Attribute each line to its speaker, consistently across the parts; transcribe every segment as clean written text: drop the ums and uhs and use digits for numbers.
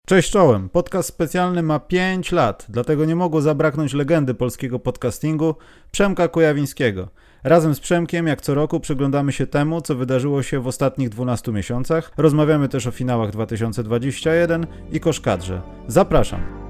Speaker 1: Cześć czołem, podcast specjalny ma 5 lat, dlatego nie mogło zabraknąć legendy polskiego podcastingu, Przemka Kujawińskiego. Razem z Przemkiem, jak co roku, przyglądamy się temu, co wydarzyło się w ostatnich 12 miesiącach. Rozmawiamy też o finałach 2021 i koszkadrze. Zapraszam!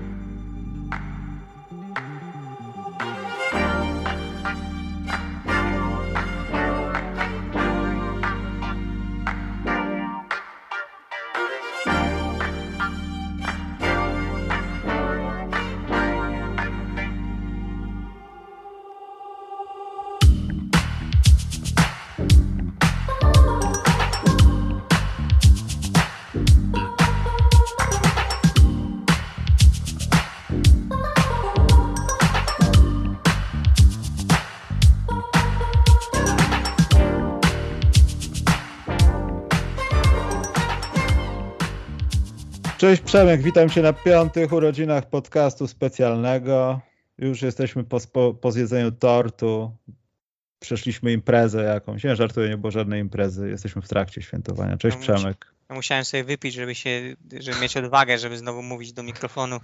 Speaker 1: Cześć Przemek, witam Cię na 5. urodzinach podcastu specjalnego. Już jesteśmy po zjedzeniu tortu. Przeszliśmy imprezę jakąś. Nie, żartuję, nie było żadnej imprezy. Jesteśmy w trakcie świętowania. Cześć Przemek.
Speaker 2: Musiałem sobie wypić, żeby mieć odwagę, żeby znowu mówić do mikrofonu.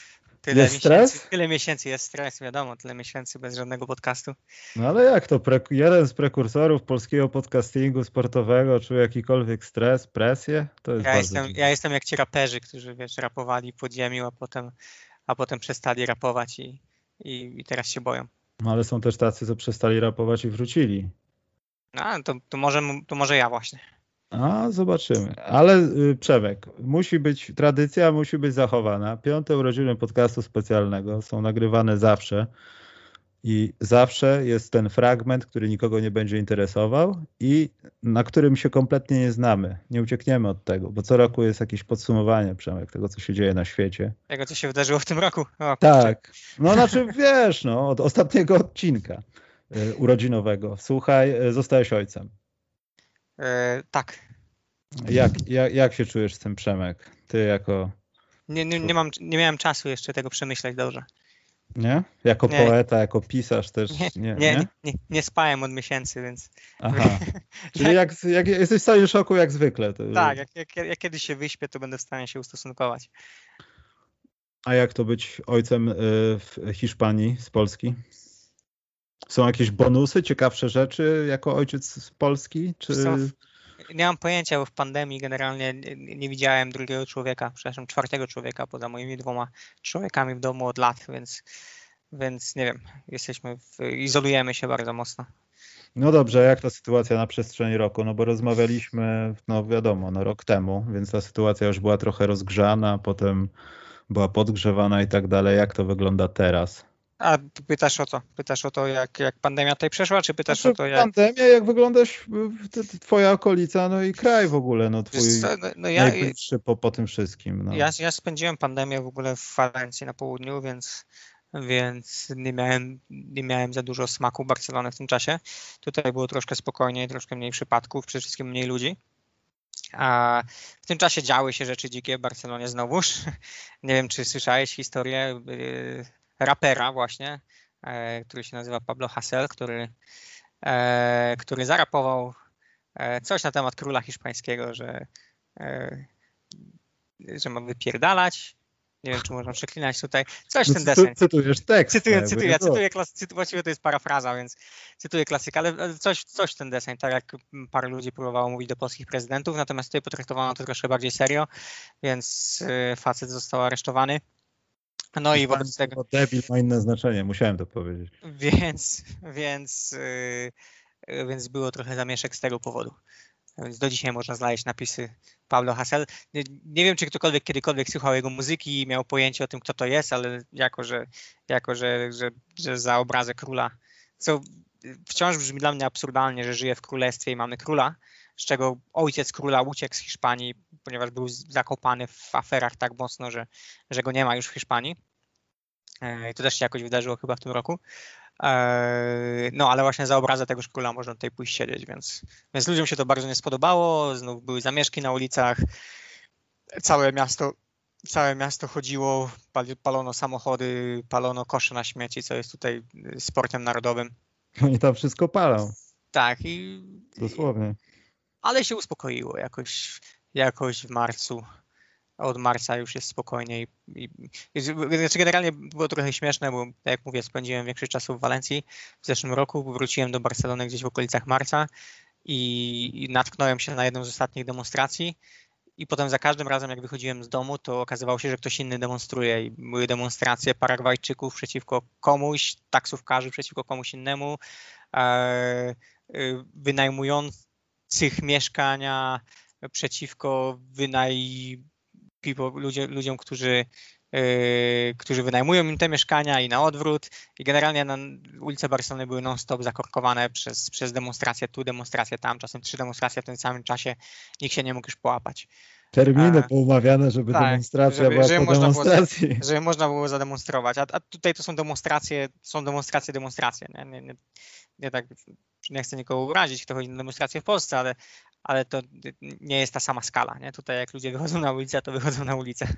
Speaker 2: Tyle miesięcy jest stres, wiadomo, tyle miesięcy bez żadnego podcastu.
Speaker 1: No ale jak to? Jeden z prekursorów polskiego podcastingu sportowego czuje jakikolwiek stres, presję? To jest
Speaker 2: ja jestem jak ci raperzy, którzy rapowali pod ziemią, a potem przestali rapować i teraz się boją.
Speaker 1: No ale są też tacy, co przestali rapować i wrócili.
Speaker 2: No to może ja właśnie.
Speaker 1: A, zobaczymy. Ale Przemek, musi być tradycja, musi być zachowana. 5. urodziny podcastu specjalnego są nagrywane zawsze i zawsze jest ten fragment, który nikogo nie będzie interesował i na którym się kompletnie nie znamy. Nie uciekniemy od tego, bo co roku jest jakieś podsumowanie, Przemek, tego, co się dzieje na świecie.
Speaker 2: Tego, co się wydarzyło w tym roku.
Speaker 1: Tak. No znaczy, wiesz, od ostatniego odcinka urodzinowego. Słuchaj, zostałeś ojcem.
Speaker 2: Tak.
Speaker 1: Jak się czujesz z tym, Przemek? Ty jako...
Speaker 2: Nie miałem czasu jeszcze tego przemyśleć dobrze.
Speaker 1: Nie? Jako poeta, jako pisarz też?
Speaker 2: Nie spałem od miesięcy, więc...
Speaker 1: Aha. Czyli jak jesteś w stanie szoku jak zwykle. To...
Speaker 2: Tak, jak kiedyś się wyśpię, to będę w stanie się ustosunkować.
Speaker 1: A jak to być ojcem w Hiszpanii z Polski? Są jakieś bonusy, ciekawsze rzeczy jako ojciec z Polski? Czy...
Speaker 2: Nie mam pojęcia, bo w pandemii generalnie nie widziałem drugiego człowieka, przepraszam, 4. człowieka poza moimi 2 człowiekami w domu od lat, więc nie wiem, izolujemy się bardzo mocno.
Speaker 1: No dobrze, jak ta sytuacja na przestrzeni roku? No bo rozmawialiśmy, wiadomo, rok temu, więc ta sytuacja już była trochę rozgrzana, potem była podgrzewana i tak dalej. Jak to wygląda teraz?
Speaker 2: A ty pytasz o co? Pytasz o to, jak pandemia tutaj przeszła, czy pytasz o to, jak...
Speaker 1: Pandemia, jak wyglądasz, twoja okolica, i kraj w ogóle, twój najbliższy po tym wszystkim.
Speaker 2: Ja spędziłem pandemię w ogóle w Walencji na południu, więc nie miałem za dużo smaku Barcelony w tym czasie. Tutaj było troszkę spokojniej, troszkę mniej przypadków, przede wszystkim mniej ludzi. A w tym czasie działy się rzeczy dzikie w Barcelonie znowuż. Nie wiem, czy słyszałeś historię rapera właśnie, który się nazywa Pablo Hasél, który zarapował coś na temat króla hiszpańskiego, że ma wypierdalać. Nie wiem, czy można przeklinać tutaj. Coś ten deseń.
Speaker 1: Cytujesz tekst.
Speaker 2: Cytuję właściwie to jest parafraza, więc cytuję klasykę, ale coś ten deseń, tak jak parę ludzi próbowało mówić do polskich prezydentów, natomiast tutaj potraktowano to troszkę bardziej serio, więc facet został aresztowany. No i wobec tego...
Speaker 1: Debil ma inne znaczenie, musiałem to powiedzieć.
Speaker 2: Więc było trochę zamieszek z tego powodu. Więc do dzisiaj można znaleźć napisy Pablo Hasél. Nie wiem, czy ktokolwiek kiedykolwiek słuchał jego muzyki i miał pojęcie o tym, kto to jest, ale jako że za obrazę króla, co wciąż brzmi dla mnie absurdalnie, że żyje w królestwie i mamy króla, z czego ojciec króla uciekł z Hiszpanii, ponieważ był zakopany w aferach tak mocno, że go nie ma już w Hiszpanii. To też się jakoś wydarzyło chyba w tym roku. No ale właśnie za obrazę tegoż króla można tutaj pójść siedzieć, więc ludziom się to bardzo nie spodobało, znów były zamieszki na ulicach, całe miasto chodziło, palono samochody, palono kosze na śmieci, co jest tutaj sportem narodowym.
Speaker 1: Oni tam wszystko palą.
Speaker 2: Tak.
Speaker 1: Dosłownie.
Speaker 2: Ale się uspokoiło jakoś w marcu. od marca już jest spokojniej. Znaczy generalnie było trochę śmieszne, bo tak jak mówię, spędziłem większość czasu w Walencji w zeszłym roku, wróciłem do Barcelony gdzieś w okolicach marca i natknąłem się na jedną z ostatnich demonstracji i potem za każdym razem jak wychodziłem z domu, to okazywało się, że ktoś inny demonstruje i były demonstracje Paragwajczyków przeciwko komuś, taksówkarzy przeciwko komuś innemu, wynajmujących mieszkania przeciwko ludziom, którzy wynajmują im te mieszkania i na odwrót. I generalnie ulice Barcelony były non-stop zakorkowane przez demonstracje tu, demonstracje tam, czasem 3 demonstracje w tym samym czasie. Nikt się nie mógł już połapać.
Speaker 1: Terminy poumawiane, żeby
Speaker 2: tak,
Speaker 1: demonstracja była po demonstracji.
Speaker 2: Żeby można było zademonstrować. A tutaj to są demonstracje. Nie tak, nie chcę nikogo urazić, kto chodzi na demonstracje w Polsce, ale to nie jest ta sama skala. Nie? Tutaj jak ludzie wychodzą na ulicę, to wychodzą na ulicę.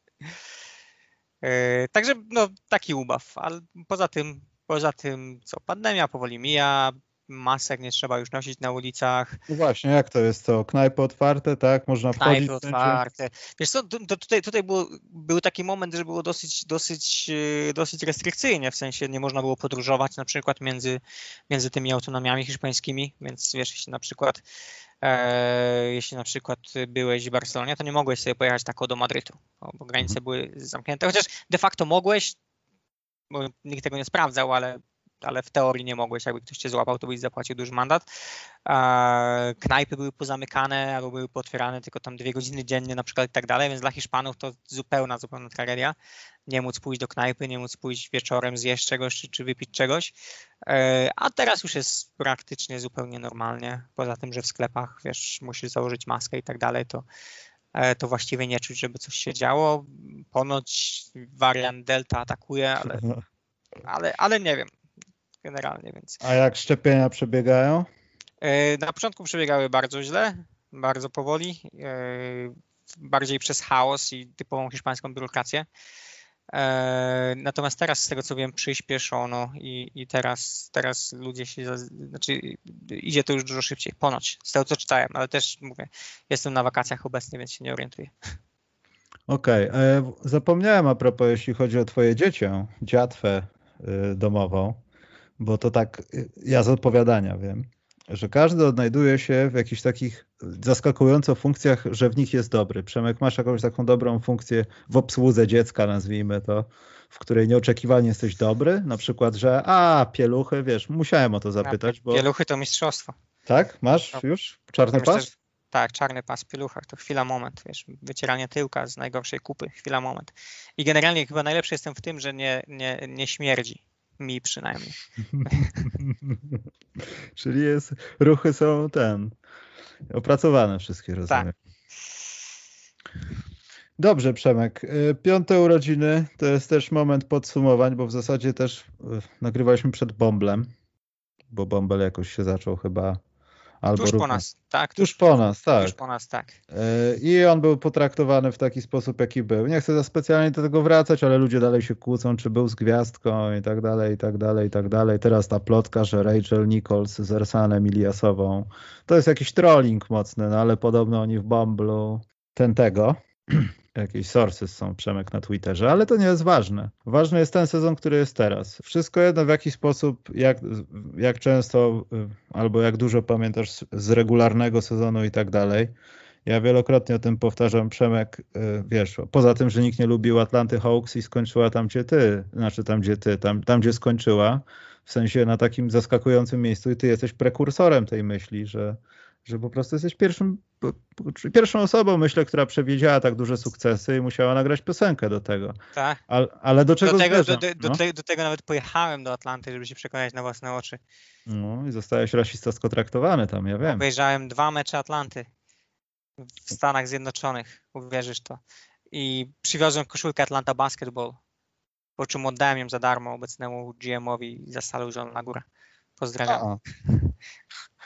Speaker 2: Także no, taki ubaw, ale poza tym co, pandemia powoli mija, masek nie trzeba już nosić na ulicach.
Speaker 1: No właśnie, jak to jest to? Knajpy otwarte, tak? Można wchodzić?
Speaker 2: Knajpy otwarte. Wiesz co, tutaj był taki moment, że było dosyć restrykcyjnie, w sensie nie można było podróżować na przykład między tymi autonomiami hiszpańskimi, więc wiesz, jeśli na przykład byłeś w Barcelonie, to nie mogłeś sobie pojechać tak do Madrytu, bo granice były zamknięte, chociaż de facto mogłeś, bo nikt tego nie sprawdzał, ale w teorii nie mogłeś, jakby ktoś cię złapał, to byś zapłacił duży mandat. Knajpy były pozamykane albo były pootwierane tylko tam 2 godziny dziennie na przykład i tak dalej, więc dla Hiszpanów to zupełna tragedia. Nie móc pójść do knajpy, nie móc pójść wieczorem zjeść czegoś czy wypić czegoś. A teraz już jest praktycznie zupełnie normalnie. Poza tym, że w sklepach, wiesz, musisz założyć maskę i tak dalej, to właściwie nie czuć, żeby coś się działo. Ponoć wariant Delta atakuje, ale nie wiem. Generalnie, więc.
Speaker 1: A jak szczepienia przebiegają?
Speaker 2: Na początku przebiegały bardzo źle, bardzo powoli, bardziej przez chaos i typową hiszpańską biurokrację. Natomiast teraz, z tego co wiem, przyspieszono i teraz ludzie idzie to już dużo szybciej, ponoć, z tego co czytałem, ale też mówię, jestem na wakacjach obecnie, więc się nie orientuję.
Speaker 1: Okej. Zapomniałem a propos, jeśli chodzi o twoje dziatwę domową, bo to tak, ja z opowiadania wiem, że każdy odnajduje się w jakichś takich zaskakująco funkcjach, że w nich jest dobry. Przemek, masz jakąś taką dobrą funkcję w obsłudze dziecka, nazwijmy to, w której nieoczekiwanie jesteś dobry? Na przykład, że pieluchy, wiesz, musiałem o to zapytać, bo...
Speaker 2: Pieluchy to mistrzostwo.
Speaker 1: Tak? Masz już czarny pas?
Speaker 2: Tak, czarny pas w pieluchach, to chwila, moment, wiesz, wycieranie tyłka z najgorszej kupy, chwila, moment. I generalnie chyba najlepszy jestem w tym, że nie śmierdzi. Mi przynajmniej.
Speaker 1: Czyli ruchy są opracowane wszystkie, rozumiem. Tak. Dobrze, Przemek. 5. urodziny to jest też moment podsumowań, bo w zasadzie też nagrywaliśmy przed Bąblem, bo Bąbel jakoś się zaczął chyba
Speaker 2: tuż po nas, tak.
Speaker 1: Tuż po nas,
Speaker 2: tak.
Speaker 1: I on był potraktowany w taki sposób, jaki był. Nie chcę za specjalnie do tego wracać, ale ludzie dalej się kłócą, czy był z gwiazdką i tak dalej, i tak dalej, i tak dalej. Teraz ta plotka, że Rachel Nichols z Ersanem Iliasową, to jest jakiś trolling mocny, no ale podobno oni w Bumble'u tego. Jakieś sources są, Przemek, na Twitterze, ale to nie jest ważne. Ważny jest ten sezon, który jest teraz. Wszystko jedno, w jaki sposób, jak często albo jak dużo pamiętasz z regularnego sezonu i tak dalej. Ja wielokrotnie o tym powtarzam, Przemek, wiesz, poza tym, że nikt nie lubił Atlanty Hawks i skończyła tam, gdzie skończyła, w sensie na takim zaskakującym miejscu i ty jesteś prekursorem tej myśli, że po prostu jesteś pierwszą osobą, myślę, która przewidziała tak duże sukcesy i musiała nagrać piosenkę do tego.
Speaker 2: Tak.
Speaker 1: Ale do czego
Speaker 2: do tego nawet pojechałem do Atlanty, żeby się przekonać na własne oczy.
Speaker 1: No i zostałeś rasistowsko traktowany tam, ja wiem.
Speaker 2: Obejrzałem 2 mecze Atlanty w Stanach Zjednoczonych, uwierzysz to. I przywiozłem koszulkę Atlanta Basketball, po czym oddałem ją za darmo obecnemu GM-owi za salą Zielona Góra. Pozdrawiam.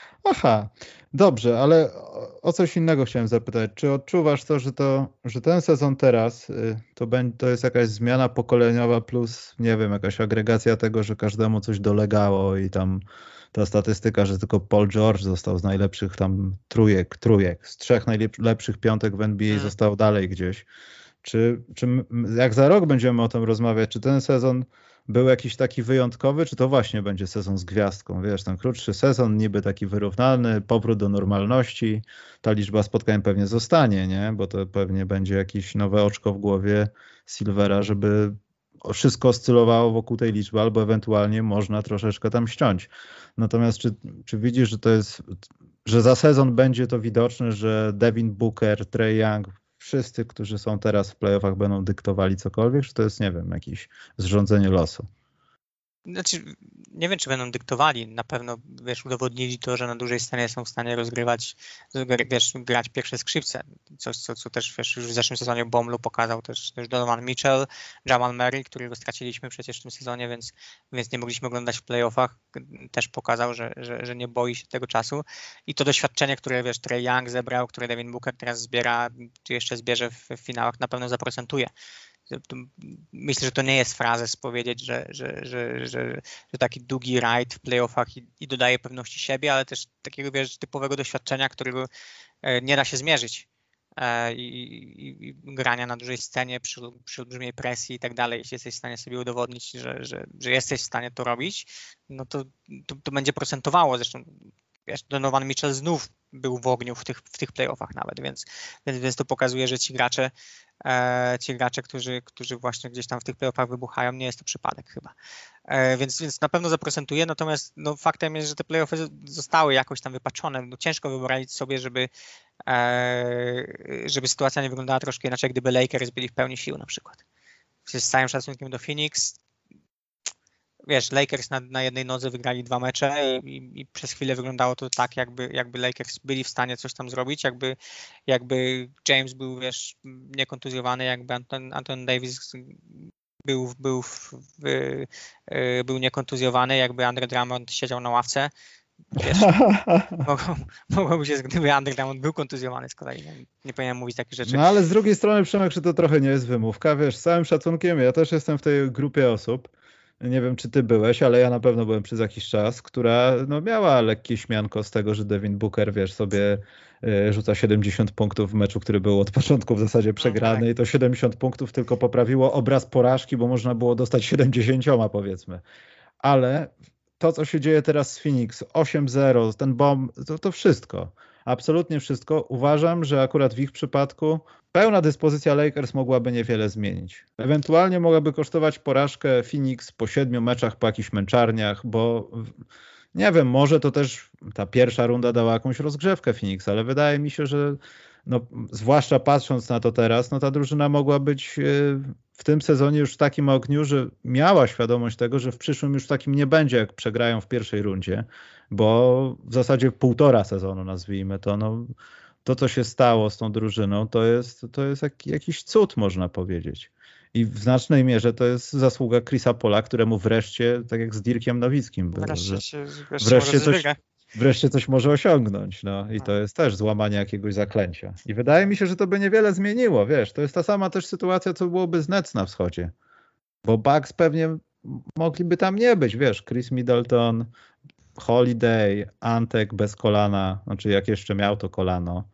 Speaker 1: Aha, dobrze, ale o coś innego chciałem zapytać. Czy odczuwasz że ten sezon teraz to jest jakaś zmiana pokoleniowa plus, nie wiem, jakaś agregacja tego, że każdemu coś dolegało i tam ta statystyka, że tylko Paul George został z najlepszych tam trójek, z 3 najlepszych piątek w NBA został dalej gdzieś. Czy jak za rok będziemy o tym rozmawiać, czy ten sezon był jakiś taki wyjątkowy, czy to właśnie będzie sezon z gwiazdką? Wiesz, ten krótszy sezon, niby taki wyrównany, powrót do normalności, ta liczba spotkań pewnie zostanie, nie? Bo to pewnie będzie jakieś nowe oczko w głowie Silvera, żeby wszystko oscylowało wokół tej liczby, albo ewentualnie można troszeczkę tam ściąć. Natomiast czy widzisz, że za sezon będzie to widoczne, że Devin Booker, Trae Young, wszyscy, którzy są teraz w playoffach, będą dyktowali cokolwiek, czy to jest, nie wiem, jakieś zrządzenie losu?
Speaker 2: Znaczy, nie wiem, czy będą dyktowali. Na pewno, wiesz, udowodnili to, że na dużej scenie są w stanie rozgrywać, wiesz, grać pierwsze skrzypce. Coś, co też, wiesz, już w zeszłym sezonie Bomlu pokazał też Donovan Mitchell, Jamal Murray, którego straciliśmy przecież w tym sezonie, więc nie mogliśmy oglądać w playoffach. Też pokazał, że nie boi się tego czasu. I to doświadczenie, które, wiesz, Trae Young zebrał, które Devin Booker teraz zbiera, czy jeszcze zbierze w finałach, na pewno zaprocentuje. Myślę, że to nie jest frazes powiedzieć, że taki długi rajd w playoffach i dodaje pewności siebie, ale też takiego, wiesz, typowego doświadczenia, którego nie da się zmierzyć i grania na dużej scenie przy olbrzymiej presji i tak dalej. Jeśli jesteś w stanie sobie udowodnić, że jesteś w stanie to robić, no to będzie procentowało. Zresztą wiesz, Donovan Mitchell znów był w ogniu w tych playoffach nawet, więc to pokazuje, że ci gracze, którzy właśnie gdzieś tam w tych playoffach wybuchają, nie jest to przypadek chyba. Więc na pewno zaprocentuje, natomiast no, faktem jest, że te playoffy zostały jakoś tam wypaczone. No, ciężko wyobrazić sobie, żeby sytuacja nie wyglądała troszkę inaczej, gdyby Lakers byli w pełni sił na przykład. Z całym szacunkiem do Phoenix, wiesz, Lakers na jednej nodze wygrali 2 mecze i przez chwilę wyglądało to tak, jakby Lakers byli w stanie coś tam zrobić, jakby James był, wiesz, niekontuzjowany, jakby Anthony Davis był niekontuzjowany, jakby Andre Drummond siedział na ławce. Wiesz, mogłoby się, gdyby Andre Drummond był kontuzjowany z kolei. Nie powinienem mówić takich rzeczy.
Speaker 1: No ale z drugiej strony, Przemek, że to trochę nie jest wymówka. Wiesz, z całym szacunkiem, ja też jestem w tej grupie osób, nie wiem, czy ty byłeś, ale ja na pewno byłem przez jakiś czas, która no, miała lekkie śmianko z tego, że Devin Booker, wiesz, sobie rzuca 70 punktów w meczu, który był od początku w zasadzie przegrany, no tak. I to 70 punktów tylko poprawiło obraz porażki, bo można było dostać 70, powiedzmy. Ale to, co się dzieje teraz z Phoenix, 8-0, ten bomb, to wszystko. Absolutnie wszystko. Uważam, że akurat w ich przypadku pełna dyspozycja Lakers mogłaby niewiele zmienić. Ewentualnie mogłaby kosztować porażkę Phoenix po 7 meczach, po jakichś męczarniach, bo nie wiem, może to też ta pierwsza runda dała jakąś rozgrzewkę Phoenix, ale wydaje mi się, że no, zwłaszcza patrząc na to teraz, no ta drużyna mogła być w tym sezonie już w takim ogniu, że miała świadomość tego, że w przyszłym już takim nie będzie, jak przegrają w pierwszej rundzie, bo w zasadzie 1,5 sezonu, nazwijmy to, no, to co się stało z tą drużyną, to jest jakiś cud, można powiedzieć. I w znacznej mierze to jest zasługa Chrisa Paula, któremu wreszcie, tak jak z Dirkiem Nowickim było, wreszcie coś może osiągnąć. No. I to jest też złamanie jakiegoś zaklęcia. I wydaje mi się, że to by niewiele zmieniło, wiesz. To jest ta sama też sytuacja, co byłoby z Nets na wschodzie. Bo Bucks pewnie mogliby tam nie być, wiesz. Chris Middleton, Holiday, Antek bez kolana, znaczy jak jeszcze miał to kolano,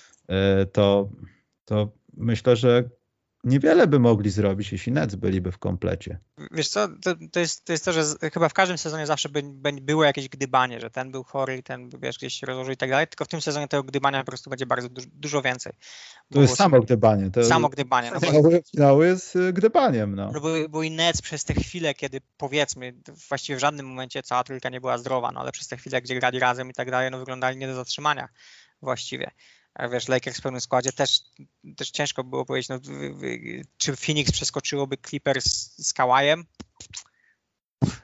Speaker 1: to myślę, że niewiele by mogli zrobić, jeśli Nets byliby w komplecie.
Speaker 2: Wiesz co, to jest to, że chyba w każdym sezonie zawsze było jakieś gdybanie, że ten był chory i ten, wiesz, gdzieś się rozłożył i tak dalej, tylko w tym sezonie tego gdybania po prostu będzie bardzo dużo więcej.
Speaker 1: To jest samo gdybanie.
Speaker 2: Samo gdybanie. No
Speaker 1: finał jest gdybaniem. No
Speaker 2: bo i Nets przez te chwile, kiedy powiedzmy, właściwie w żadnym momencie cała trójka nie była zdrowa, no ale przez te chwile, gdzie grali razem i tak dalej, no wyglądali nie do zatrzymania właściwie. Wiesz, Lakers w pełnym składzie też ciężko było powiedzieć, no, czy Phoenix przeskoczyłoby Clippers z Kawajem?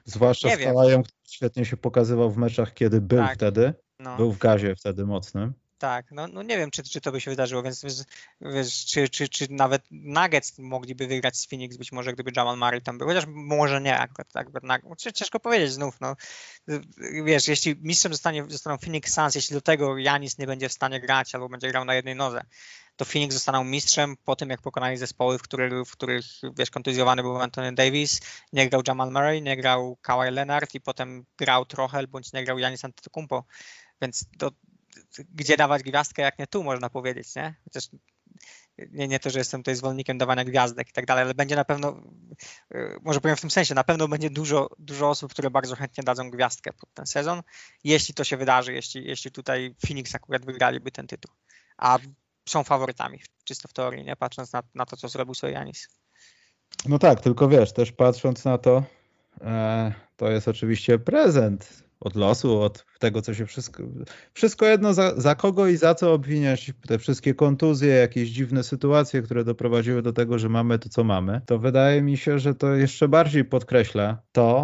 Speaker 1: Zwłaszcza z Kawajem, który świetnie się pokazywał w meczach, kiedy był wtedy. No. Był w gazie wtedy mocnym.
Speaker 2: Tak, no nie wiem, czy to by się wydarzyło, więc wiesz, czy nawet Nuggets mogliby wygrać z Phoenix, być może gdyby Jamal Murray tam był, chociaż może nie, akurat ciężko powiedzieć znów, no. Wiesz, jeśli mistrzem zostaną Phoenix Suns, jeśli do tego Giannis nie będzie w stanie grać albo będzie grał na jednej nodze, to Phoenix zostaną mistrzem po tym, jak pokonali zespoły, w których wiesz, kontuzjowany był Anthony Davis, nie grał Jamal Murray, nie grał Kawhi Leonard i potem grał trochę, bądź nie grał Giannis Antetokounmpo, więc gdzie dawać gwiazdkę, jak nie tu, można powiedzieć, nie? Chociaż nie to, że jestem tutaj zwolennikiem dawania gwiazdek i tak dalej, ale będzie na pewno, może powiem w tym sensie, na pewno będzie dużo osób, które bardzo chętnie dadzą gwiazdkę pod ten sezon, jeśli to się wydarzy, jeśli tutaj Phoenix akurat wygraliby ten tytuł. A są faworytami, czysto w teorii, nie patrząc na to, co zrobił sobie Giannis.
Speaker 1: No tak, tylko wiesz, też patrząc na to, to jest oczywiście prezent od losu, od tego, co się wszystko jedno za kogo i za co obwiniać te wszystkie kontuzje, jakieś dziwne sytuacje, które doprowadziły do tego, że mamy to, co mamy, to wydaje mi się, że to jeszcze bardziej podkreśla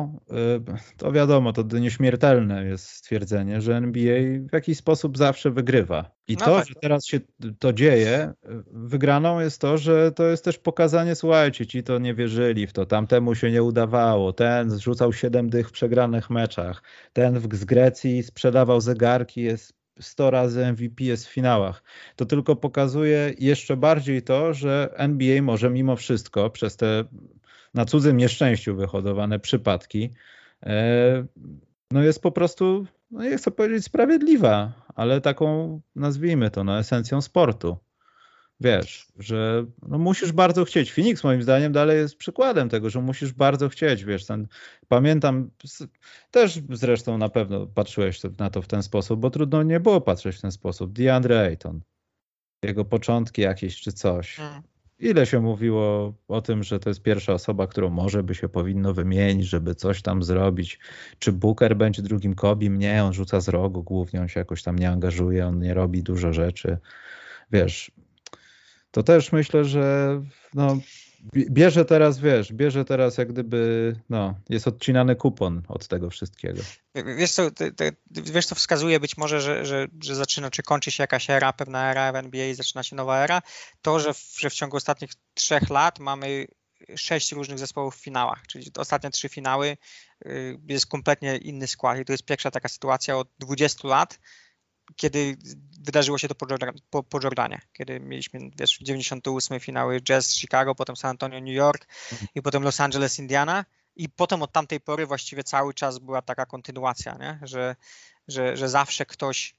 Speaker 1: to wiadomo, to nieśmiertelne jest stwierdzenie, że NBA w jakiś sposób zawsze wygrywa. I
Speaker 2: no
Speaker 1: to,
Speaker 2: tak.
Speaker 1: że teraz się to dzieje, wygraną jest to, że to jest też pokazanie, słuchajcie, ci to nie wierzyli w to, tamtemu się nie udawało, ten zrzucał 7 dych w przegranych meczach, ten z Grecji sprzedawał zegarki, jest 100 razy MVP, jest w finałach. To tylko pokazuje jeszcze bardziej to, że NBA może mimo wszystko przez te na cudzym nieszczęściu wyhodowane przypadki no jest po prostu, no nie chcę powiedzieć sprawiedliwa, ale taką, nazwijmy to, esencją sportu. Wiesz, że no musisz bardzo chcieć. Phoenix moim zdaniem dalej jest przykładem tego, że musisz bardzo chcieć, wiesz. Pamiętam, też zresztą na pewno patrzyłeś na to w ten sposób, bo trudno nie było patrzeć w ten sposób. DeAndre Ayton, jego początki jakieś czy coś. Ile się mówiło o tym, że to jest pierwsza osoba, którą może by się powinno wymienić, żeby coś tam zrobić. Czy Booker będzie drugim Kobim? Nie, on rzuca z rogu głównie, on się jakoś tam nie angażuje, on nie robi dużo rzeczy. Wiesz, to też myślę, że bierze teraz jak gdyby, jest odcinany kupon od tego wszystkiego.
Speaker 2: Wiesz co wskazuje być może, że zaczyna, czy kończy się jakaś era, pewna era w NBA i zaczyna się nowa era, to, że w ciągu ostatnich 3 lat mamy 6 różnych zespołów w finałach, czyli ostatnie 3 finały jest kompletnie inny skład i to jest pierwsza taka sytuacja od 20 lat, kiedy wydarzyło się to po Jordanie, kiedy mieliśmy, wiesz, 98 finały Jazz Chicago, potem San Antonio New York i potem Los Angeles Indiana i potem od tamtej pory właściwie cały czas była taka kontynuacja, nie? Że zawsze ktoś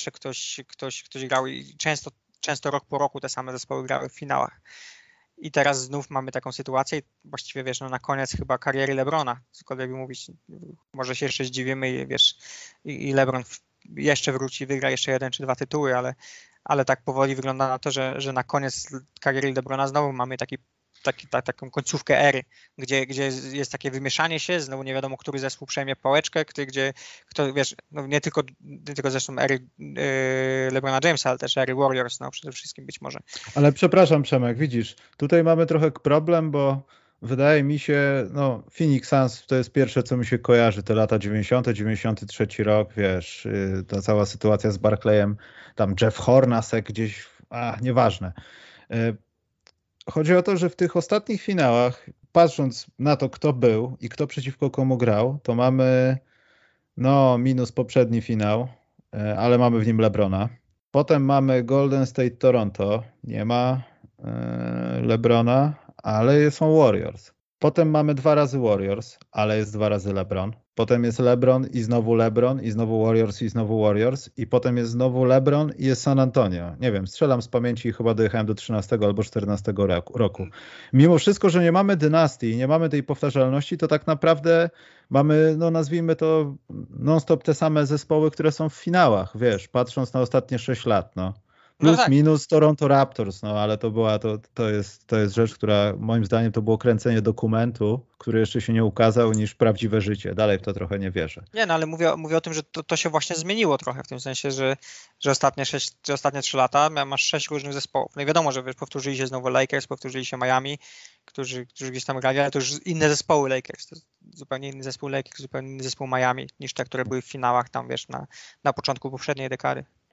Speaker 2: grał i często rok po roku te same zespoły grały w finałach. I teraz znów mamy taką sytuację i właściwie, wiesz, na koniec chyba kariery LeBrona, cokolwiek by mówić, może się jeszcze zdziwimy i wiesz, i LeBron jeszcze wróci, wygra jeszcze 1 czy 2 tytuły, ale tak powoli wygląda na to, że na koniec kariery LeBrona znowu mamy taką końcówkę ery, gdzie jest takie wymieszanie się, znowu nie wiadomo, który zespół przejmie pałeczkę, kto wiesz, nie tylko zresztą ery LeBrona Jamesa, ale też ery Warriors, przede wszystkim być może.
Speaker 1: Ale przepraszam, Przemek, widzisz, tutaj mamy trochę problem, bo wydaje mi się, Phoenix Suns to jest pierwsze, co mi się kojarzy, te lata 90., 93 rok, wiesz, ta cała sytuacja z Barkleyem, tam Jeff Hornacek gdzieś, nieważne. Chodzi o to, że w tych ostatnich finałach, patrząc na to, kto był i kto przeciwko komu grał, to mamy, minus poprzedni finał, ale mamy w nim LeBrona. Potem mamy Golden State Toronto, nie ma LeBrona, ale są Warriors. Potem mamy 2 razy Warriors, ale jest 2 razy LeBron. Potem jest LeBron i znowu Warriors i znowu Warriors. I potem jest znowu LeBron i jest San Antonio. Nie wiem, strzelam z pamięci i chyba dojechałem do 13 albo 14 roku. Mimo wszystko, że nie mamy dynastii, nie mamy tej powtarzalności, to tak naprawdę mamy, nazwijmy to non-stop te same zespoły, które są w finałach, wiesz, patrząc na ostatnie 6 lat, Plus, minus Toronto Raptors, ale to jest rzecz, która moim zdaniem to było kręcenie dokumentu, który jeszcze się nie ukazał, niż prawdziwe życie. Dalej w to trochę nie wierzę.
Speaker 2: Nie, ale mówię o tym, że to się właśnie zmieniło trochę, w tym sensie, że ostatnie 3 lata masz 6 różnych zespołów. No i wiadomo, że powtórzyli się znowu Lakers, powtórzyli się Miami, którzy gdzieś tam grali, ale to już inne zespoły Lakers. To zupełnie inny zespół Lakers, zupełnie inny zespół Miami, niż te, które były w finałach tam, wiesz, na początku poprzedniej dekady.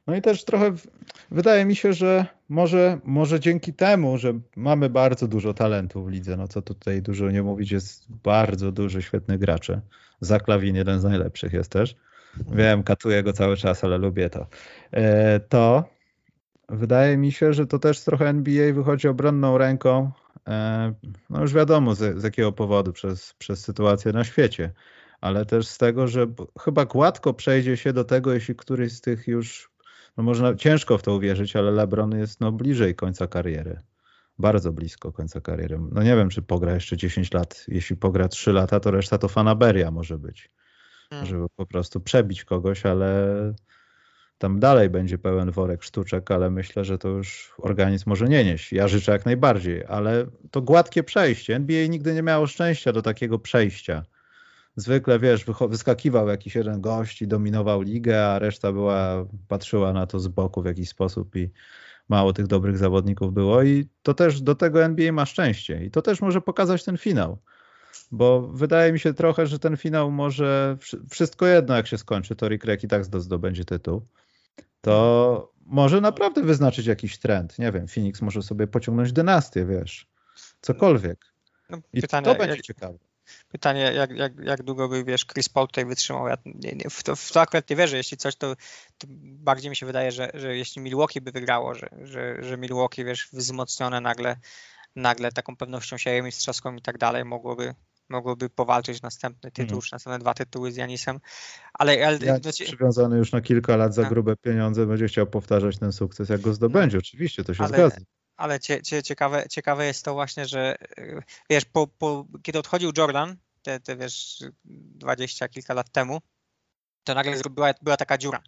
Speaker 1: No i też trochę wydaje mi się, że może dzięki temu, że mamy bardzo dużo talentu w lidze, no co tutaj dużo nie mówić, jest bardzo dużo świetnych graczy. Zach LaVine jeden z najlepszych jest też. Wiem, katuję go cały czas, ale lubię to. To wydaje mi się, że to też trochę NBA wychodzi obronną ręką. No już wiadomo z jakiego powodu, przez sytuację na świecie, ale też z tego, że chyba gładko przejdzie się do tego, jeśli któryś z tych już, no można ciężko w to uwierzyć, ale LeBron jest no bliżej końca kariery. Bardzo blisko końca kariery. No nie wiem, czy pogra jeszcze 10 lat. Jeśli pogra 3 lata, to reszta to fanaberia może być. Żeby po prostu przebić kogoś, ale tam dalej będzie pełen worek sztuczek, ale myślę, że to już organizm może nie nieść. Ja życzę jak najbardziej, ale to gładkie przejście. NBA nigdy nie miało szczęścia do takiego przejścia. Zwykle, wiesz, wyskakiwał jakiś jeden gość i dominował ligę, a reszta patrzyła na to z boku w jakiś sposób i mało tych dobrych zawodników było i to też do tego NBA ma szczęście i to też może pokazać ten finał. Bo wydaje mi się trochę, że ten finał może, wszystko jedno jak się skończy, Torrey Craig i tak zdobędzie tytuł, to może naprawdę wyznaczyć jakiś trend. Nie wiem, Phoenix może sobie pociągnąć dynastię, wiesz, cokolwiek.
Speaker 2: No,
Speaker 1: i
Speaker 2: pytanie,
Speaker 1: to będzie ciekawe.
Speaker 2: Pytanie, jak długo by, wiesz, Chris Paul tutaj wytrzymał. Ja w to akurat nie wierzę. Jeśli coś, to bardziej mi się wydaje, że jeśli Milwaukee by wygrało, że Milwaukee, wiesz, wzmocnione nagle taką pewnością siebie, mistrzowską i tak dalej, mogłoby powalczyć następny tytuł, czy następne 2 tytuły z Janisem. Ale
Speaker 1: przywiązany już na kilka lat za grube pieniądze, będzie chciał powtarzać ten sukces, jak go zdobędzie. Oczywiście, to się zgadza.
Speaker 2: Ale ciekawe jest to właśnie, że wiesz, kiedy odchodził Jordan, te wiesz, 20 kilka lat temu, to nagle była taka dziura.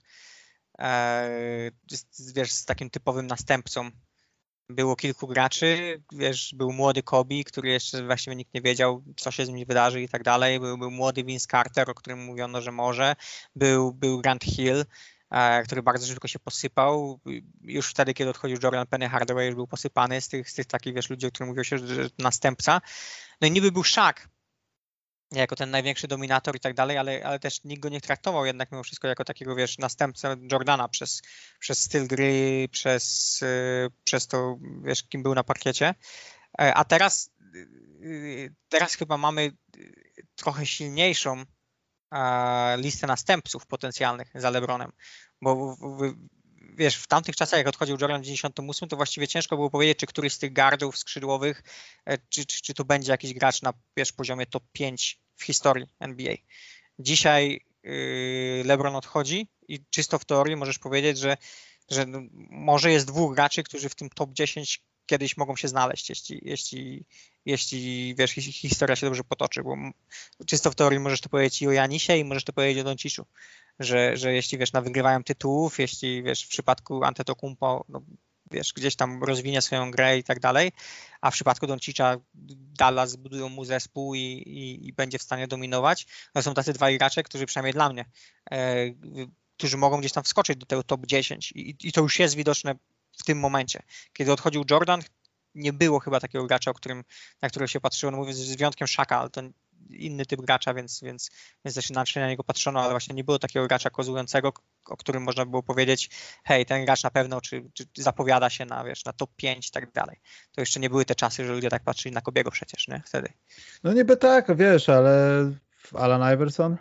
Speaker 2: Wiesz, z takim typowym następcą. Było kilku graczy, wiesz, był młody Kobe, który jeszcze właściwie nikt nie wiedział, co się z nim wydarzy i tak dalej. Był młody Vince Carter, o którym mówiono, że może. Był Grant Hill, który bardzo szybko się posypał. Już wtedy, kiedy odchodził Jordan, Penny Hardaway już był posypany z tych takich, wiesz, ludzi, o których mówiło się, że następca. No i niby był Shaq, jako ten największy dominator i tak dalej, ale też nikt go nie traktował jednak mimo wszystko jako takiego, wiesz, następcę Jordana przez styl gry, przez to, wiesz, kim był na parkiecie. A teraz chyba mamy trochę silniejszą listę następców potencjalnych za LeBronem, bo wiesz, w tamtych czasach, jak odchodził Jordan w 98, to właściwie ciężko było powiedzieć, czy któryś z tych gardów skrzydłowych, czy to będzie jakiś gracz na, wiesz, poziomie top 5 w historii NBA. Dzisiaj LeBron odchodzi i czysto w teorii możesz powiedzieć, że może jest 2 graczy, którzy w tym top 10 kiedyś mogą się znaleźć, jeśli wiesz, historia się dobrze potoczy, bo czysto w teorii możesz to powiedzieć i o Janisie i możesz to powiedzieć o Donciczu, że jeśli, wiesz, wygrywają tytułów, jeśli, wiesz, w przypadku Antetokounmpo, no, wiesz, gdzieś tam rozwinie swoją grę i tak dalej, a w przypadku Doncicza Dallas zbudują mu zespół i będzie w stanie dominować, to są tacy 2 gracze, którzy przynajmniej dla mnie, którzy mogą gdzieś tam wskoczyć do tego top 10 i to już jest widoczne w tym momencie. Kiedy odchodził Jordan, nie było chyba takiego gracza, na którego się patrzyło, no mówię, z wyjątkiem Shaka, ale to inny typ gracza, więc też inaczej na niego patrzono, ale właśnie nie było takiego gracza kozującego, o którym można było powiedzieć, hej, ten gracz na pewno, czy zapowiada się na, wiesz, na top 5 i tak dalej. To jeszcze nie były te czasy, że ludzie tak patrzyli na Kobiego przecież, nie? Wtedy.
Speaker 1: No niby tak, wiesz, ale Allen Iverson?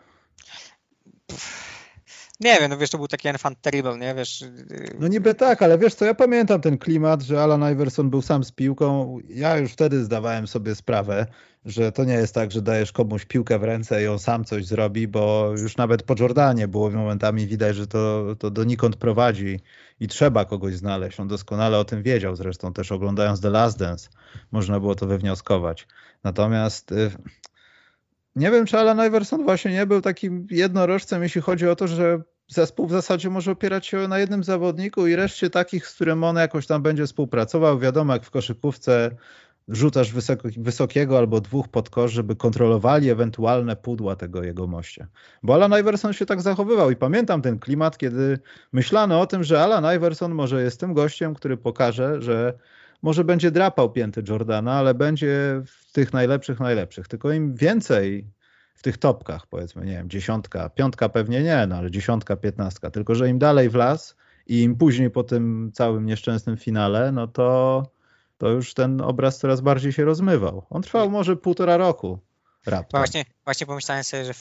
Speaker 2: Nie wiem, no wiesz, to był taki enfant terrible, nie, wiesz.
Speaker 1: No niby tak, ale wiesz co, ja pamiętam ten klimat, że Allen Iverson był sam z piłką. Ja już wtedy zdawałem sobie sprawę, że to nie jest tak, że dajesz komuś piłkę w ręce i on sam coś zrobi, bo już nawet po Jordanie było momentami widać, że to donikąd prowadzi i trzeba kogoś znaleźć. On doskonale o tym wiedział, zresztą też oglądając The Last Dance można było to wywnioskować. Natomiast nie wiem, czy Allen Iverson właśnie nie był takim jednorożcem, jeśli chodzi o to, że zespół w zasadzie może opierać się na jednym zawodniku i reszcie takich, z którym on jakoś tam będzie współpracował. Wiadomo, jak w koszykówce rzucasz wysokiego albo 2 pod kosz, żeby kontrolowali ewentualne pudła tego jego moście. Bo Allen Iverson się tak zachowywał i pamiętam ten klimat, kiedy myślano o tym, że Allen Iverson może jest tym gościem, który pokaże, że może będzie drapał pięty Jordana, ale będzie w tych najlepszych. Tylko im więcej w tych topkach, powiedzmy, nie wiem, 10, 5 pewnie nie, no ale 10, 15. Tylko że im dalej w las, i im później po tym całym nieszczęsnym finale, no to już ten obraz coraz bardziej się rozmywał. On trwał może 1,5 roku raptem.
Speaker 2: Właśnie pomyślałem sobie, że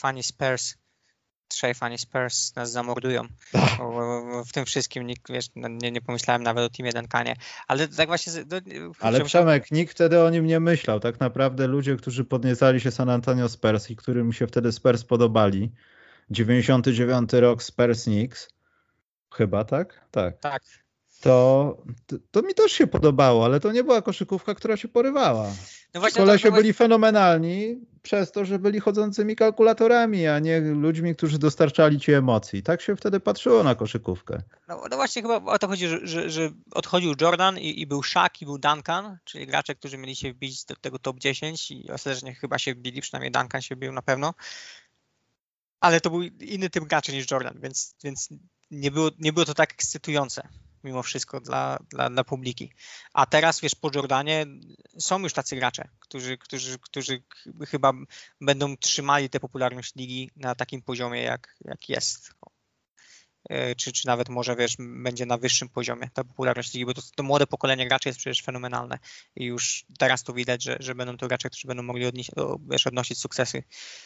Speaker 2: trzej fani Spurs nas zamordują. W tym wszystkim nikt, wiesz, nie pomyślałem nawet o teamie Duncanie. Ale tak właśnie...
Speaker 1: Ale Przemek, nikt wtedy o nim nie myślał. Tak naprawdę ludzie, którzy podniecali się San Antonio Spurs i którym się wtedy Spurs podobali, 99 rok Spurs Knicks, chyba, tak? Tak. To mi też się podobało, ale to nie była koszykówka, która się porywała. No właśnie, kolesie byli fenomenalni przez to, że byli chodzącymi kalkulatorami, a nie ludźmi, którzy dostarczali ci emocji. Tak się wtedy patrzyło na koszykówkę.
Speaker 2: No właśnie chyba o to chodzi, że odchodził Jordan i był Shaq i był Duncan, czyli gracze, którzy mieli się wbić do tego top 10 i ostatecznie chyba się wbili, przynajmniej Duncan się wbił na pewno. Ale to był inny typ graczy niż Jordan, więc nie było to tak ekscytujące mimo wszystko dla publiki. A teraz, wiesz, po Jordanie są już tacy gracze, którzy chyba będą trzymali tę popularność ligi na takim poziomie, jak jest. Czy nawet może, wiesz, będzie na wyższym poziomie ta popularność ligi, bo to młode pokolenie graczy jest przecież fenomenalne i już teraz to widać, że będą to gracze, którzy będą mogli odnosić sukcesy.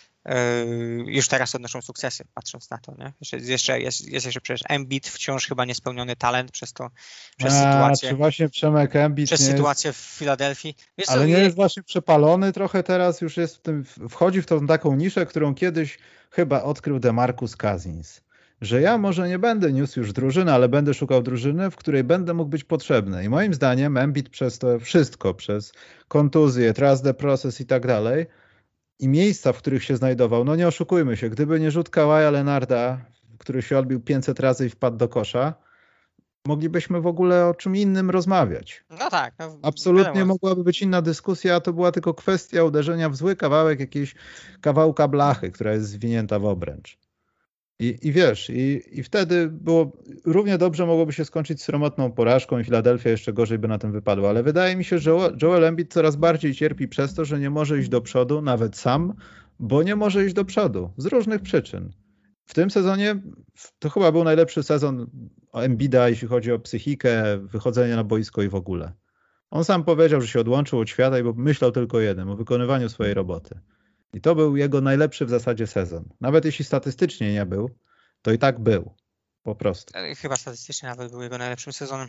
Speaker 2: Już teraz odnoszą sukcesy, patrząc na to. Nie? Jest jeszcze przecież Embiid, wciąż chyba niespełniony talent przez sytuację.
Speaker 1: Czy właśnie Przemek Embiid
Speaker 2: przez sytuację jest... w Filadelfii. Wiesz,
Speaker 1: ale nie jest właśnie przepalony trochę teraz, już jest wchodzi w tą taką niszę, którą kiedyś chyba odkrył DeMarcus Cousins. Że ja może nie będę niósł już drużyny, ale będę szukał drużyny, w której będę mógł być potrzebny. I moim zdaniem Embiid przez to wszystko, przez kontuzję, trust the process i tak dalej, i miejsca, w których się znajdował, no nie oszukujmy się, gdyby nie rzut Kawaja Leonarda, który się odbił 500 razy i wpadł do kosza, moglibyśmy w ogóle o czym innym rozmawiać.
Speaker 2: No tak. No,
Speaker 1: absolutnie
Speaker 2: wiadomo.
Speaker 1: Mogłaby być inna dyskusja, a to była tylko kwestia uderzenia w zły kawałek jakiejś kawałka blachy, która jest zwinięta w obręcz. I wiesz, i wtedy było równie dobrze mogłoby się skończyć sromotną porażką i Filadelfia jeszcze gorzej by na tym wypadła, ale wydaje mi się, że Joel Embiid coraz bardziej cierpi przez to, że nie może iść do przodu, nawet sam, bo nie może iść do przodu z różnych przyczyn. W tym sezonie to chyba był najlepszy sezon Embida, jeśli chodzi o psychikę, wychodzenie na boisko i w ogóle. On sam powiedział, że się odłączył od świata i myślał tylko o jednym, o wykonywaniu swojej roboty. I to był jego najlepszy w zasadzie sezon. Nawet jeśli statystycznie nie był, to i tak był. Po prostu.
Speaker 2: Chyba statystycznie nawet był jego najlepszym sezonem.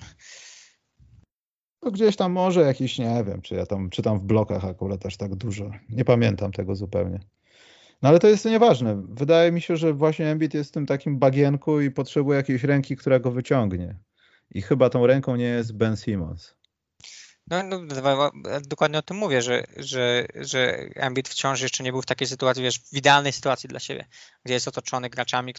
Speaker 1: To gdzieś tam może jakiś, nie wiem, czy ja tam czytam w blokach akurat też tak dużo. Nie pamiętam tego zupełnie. No ale to jest nieważne. Wydaje mi się, że właśnie Embiid jest w tym takim bagienku i potrzebuje jakiejś ręki, która go wyciągnie. I chyba tą ręką nie jest Ben Simmons.
Speaker 2: No, dokładnie o tym mówię, że Embiid wciąż jeszcze nie był w takiej sytuacji, wiesz, w idealnej sytuacji dla siebie, gdzie jest otoczony graczami,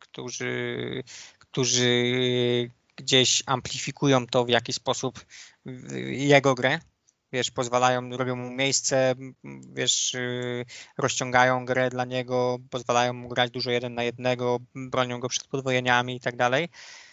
Speaker 2: którzy gdzieś amplifikują to, w jaki sposób jego grę, wiesz, robią mu miejsce, wiesz, rozciągają grę dla niego, pozwalają mu grać dużo 1 na 1, bronią go przed podwojeniami i tak dalej.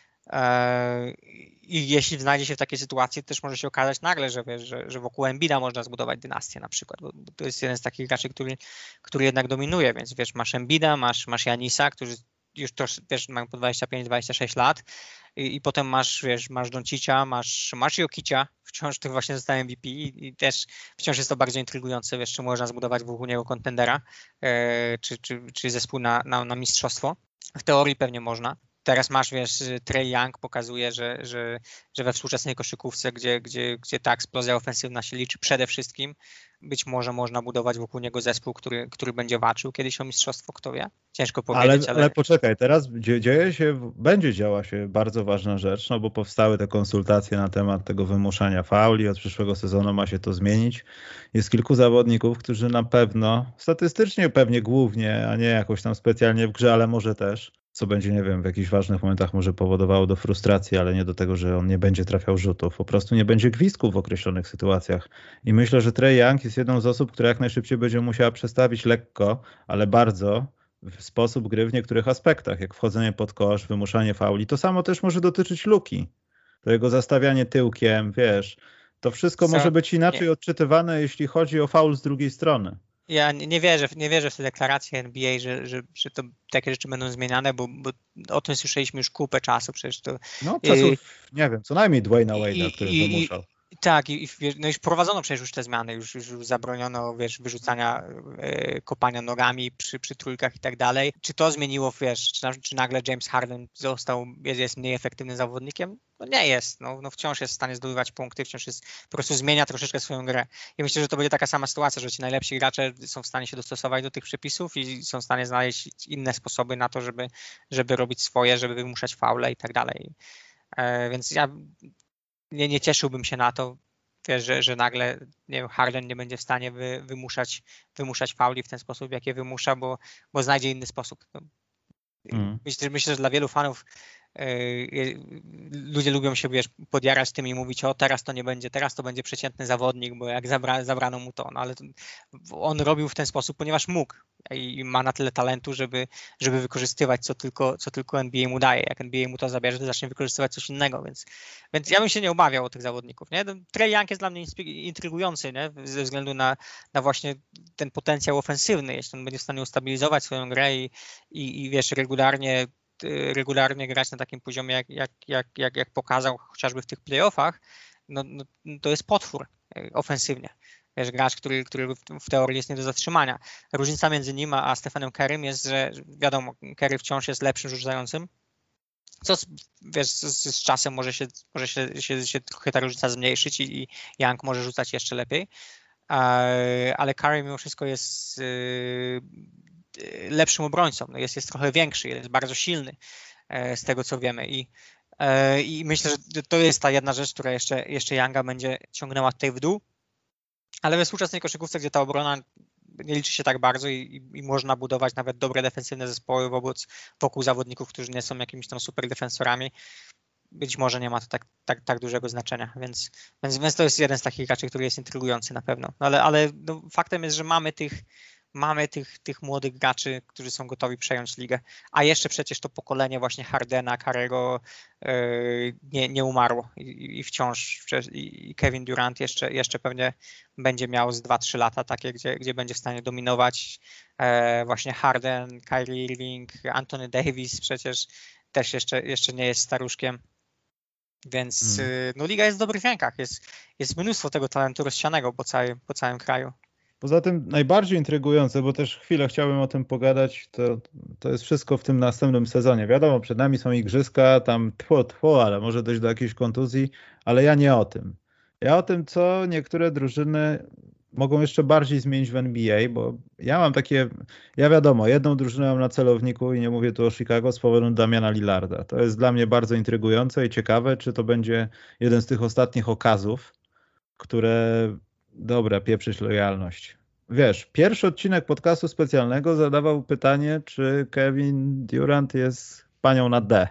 Speaker 2: I jeśli znajdzie się w takiej sytuacji, też może się okazać nagle, że wiesz, że wokół Embida można zbudować dynastię na przykład, bo to jest jeden z takich graczy, który jednak dominuje, więc wiesz, masz Embida, masz Janisa, którzy już to, wiesz, mają po 25-26 lat i potem masz Doncicia, masz Jokicia, wciąż który właśnie zostaje MVP i też wciąż jest to bardzo intrygujące, wiesz, czy można zbudować wokół niego kontendera, czy zespół na mistrzostwo. W teorii pewnie można. Teraz masz, wiesz, Trae Young pokazuje, że we współczesnej koszykówce, gdzie ta eksplozja ofensywna się liczy przede wszystkim, być może można budować wokół niego zespół, który będzie walczył kiedyś o mistrzostwo, kto wie. Ciężko powiedzieć,
Speaker 1: ale poczekaj, teraz będzie działa się bardzo ważna rzecz, no bo powstały te konsultacje na temat tego wymuszania fauli, od przyszłego sezonu ma się to zmienić. Jest kilku zawodników, którzy na pewno, statystycznie pewnie głównie, a nie jakoś tam specjalnie w grze, ale może też, co będzie, nie wiem, w jakichś ważnych momentach może powodowało do frustracji, ale nie do tego, że on nie będzie trafiał rzutów. Po prostu nie będzie gwizdków w określonych sytuacjach. I myślę, że Trae Young jest jedną z osób, która jak najszybciej będzie musiała przestawić lekko, ale bardzo sposób gry w niektórych aspektach, jak wchodzenie pod kosz, wymuszanie fauli. To samo też może dotyczyć Luki. To jego zastawianie tyłkiem, wiesz, to wszystko może być inaczej odczytywane, jeśli chodzi o faul z drugiej strony.
Speaker 2: Ja nie wierzę w te deklaracje NBA, że to takie rzeczy będą zmieniane, bo o tym słyszeliśmy już kupę czasu. Przecież to,
Speaker 1: No czasów, nie wiem, co najmniej Dwayna Wade'a, który wymuszał.
Speaker 2: Tak, no już wprowadzono przecież już te zmiany, już zabroniono, wyrzucania, kopania nogami przy trójkach i tak dalej. Czy to zmieniło, czy nagle James Harden jest mniej efektywnym zawodnikiem? No nie jest, no wciąż jest w stanie zdobywać punkty, po prostu zmienia troszeczkę swoją grę. I myślę, że to będzie taka sama sytuacja, że ci najlepsi gracze są w stanie się dostosować do tych przepisów i są w stanie znaleźć inne sposoby na to, żeby robić swoje, żeby wymuszać faule i tak dalej. Więc ja nie cieszyłbym się na to, że nagle, nie wiem, Harden nie będzie w stanie wymuszać fauli w ten sposób, jak je wymusza, bo znajdzie inny sposób. Myślę, że dla wielu fanów ludzie lubią się, podjarać tym i mówić, teraz to będzie przeciętny zawodnik, bo jak zabrano mu to, no ale on robił w ten sposób, ponieważ mógł i ma na tyle talentu, żeby wykorzystywać co tylko NBA mu daje. Jak NBA mu to zabierze, to zacznie wykorzystywać coś innego, więc ja bym się nie obawiał o tych zawodników, nie? Trae Young jest dla mnie intrygujący, nie? Ze względu na właśnie ten potencjał ofensywny, jeśli on będzie w stanie ustabilizować swoją grę i regularnie grać na takim poziomie, jak pokazał chociażby w tych playoffach, no to jest potwór ofensywnie. Gracz, który w teorii jest nie do zatrzymania. Różnica między nim a Stephenem Currym jest, że wiadomo, Curry wciąż jest lepszym rzucającym, co z czasem może się trochę ta różnica zmniejszyć i Young może rzucać jeszcze lepiej, ale Curry mimo wszystko jest lepszym obrońcą, jest trochę większy, jest bardzo silny z tego, co wiemy i myślę, że to jest ta jedna rzecz, która jeszcze Younga będzie ciągnęła tutaj w dół, ale we współczesnej koszykówce, gdzie ta obrona nie liczy się tak bardzo i można budować nawet dobre defensywne zespoły wokół zawodników, którzy nie są jakimiś tam super defensorami, być może nie ma to tak dużego znaczenia, więc to jest jeden z takich graczy, który jest intrygujący na pewno, ale no, faktem jest, że mamy tych młodych graczy, którzy są gotowi przejąć ligę, a jeszcze przecież to pokolenie właśnie Hardena, Curry'ego nie umarło i wciąż i Kevin Durant jeszcze pewnie będzie miał z 2-3 lata takie, gdzie będzie w stanie dominować, właśnie Harden, Kyrie Irving, Anthony Davis przecież też jeszcze nie jest staruszkiem, więc no liga jest w dobrych rękach, jest mnóstwo tego talentu rozsianego po całym kraju.
Speaker 1: Poza tym najbardziej intrygujące, bo też chwilę chciałbym o tym pogadać, to jest wszystko w tym następnym sezonie. Wiadomo, przed nami są igrzyska, tam ale może dojść do jakiejś kontuzji, ale ja nie o tym. Ja o tym, co niektóre drużyny mogą jeszcze bardziej zmienić w NBA, bo ja mam wiadomo, jedną drużynę mam na celowniku i nie mówię tu o Chicago z powodu Damiana Lillarda. To jest dla mnie bardzo intrygujące i ciekawe, czy to będzie jeden z tych ostatnich okazów, które... Dobra, pieprzyć lojalność. Wiesz, pierwszy odcinek podcastu specjalnego zadawał pytanie, czy Kevin Durant jest panią na D.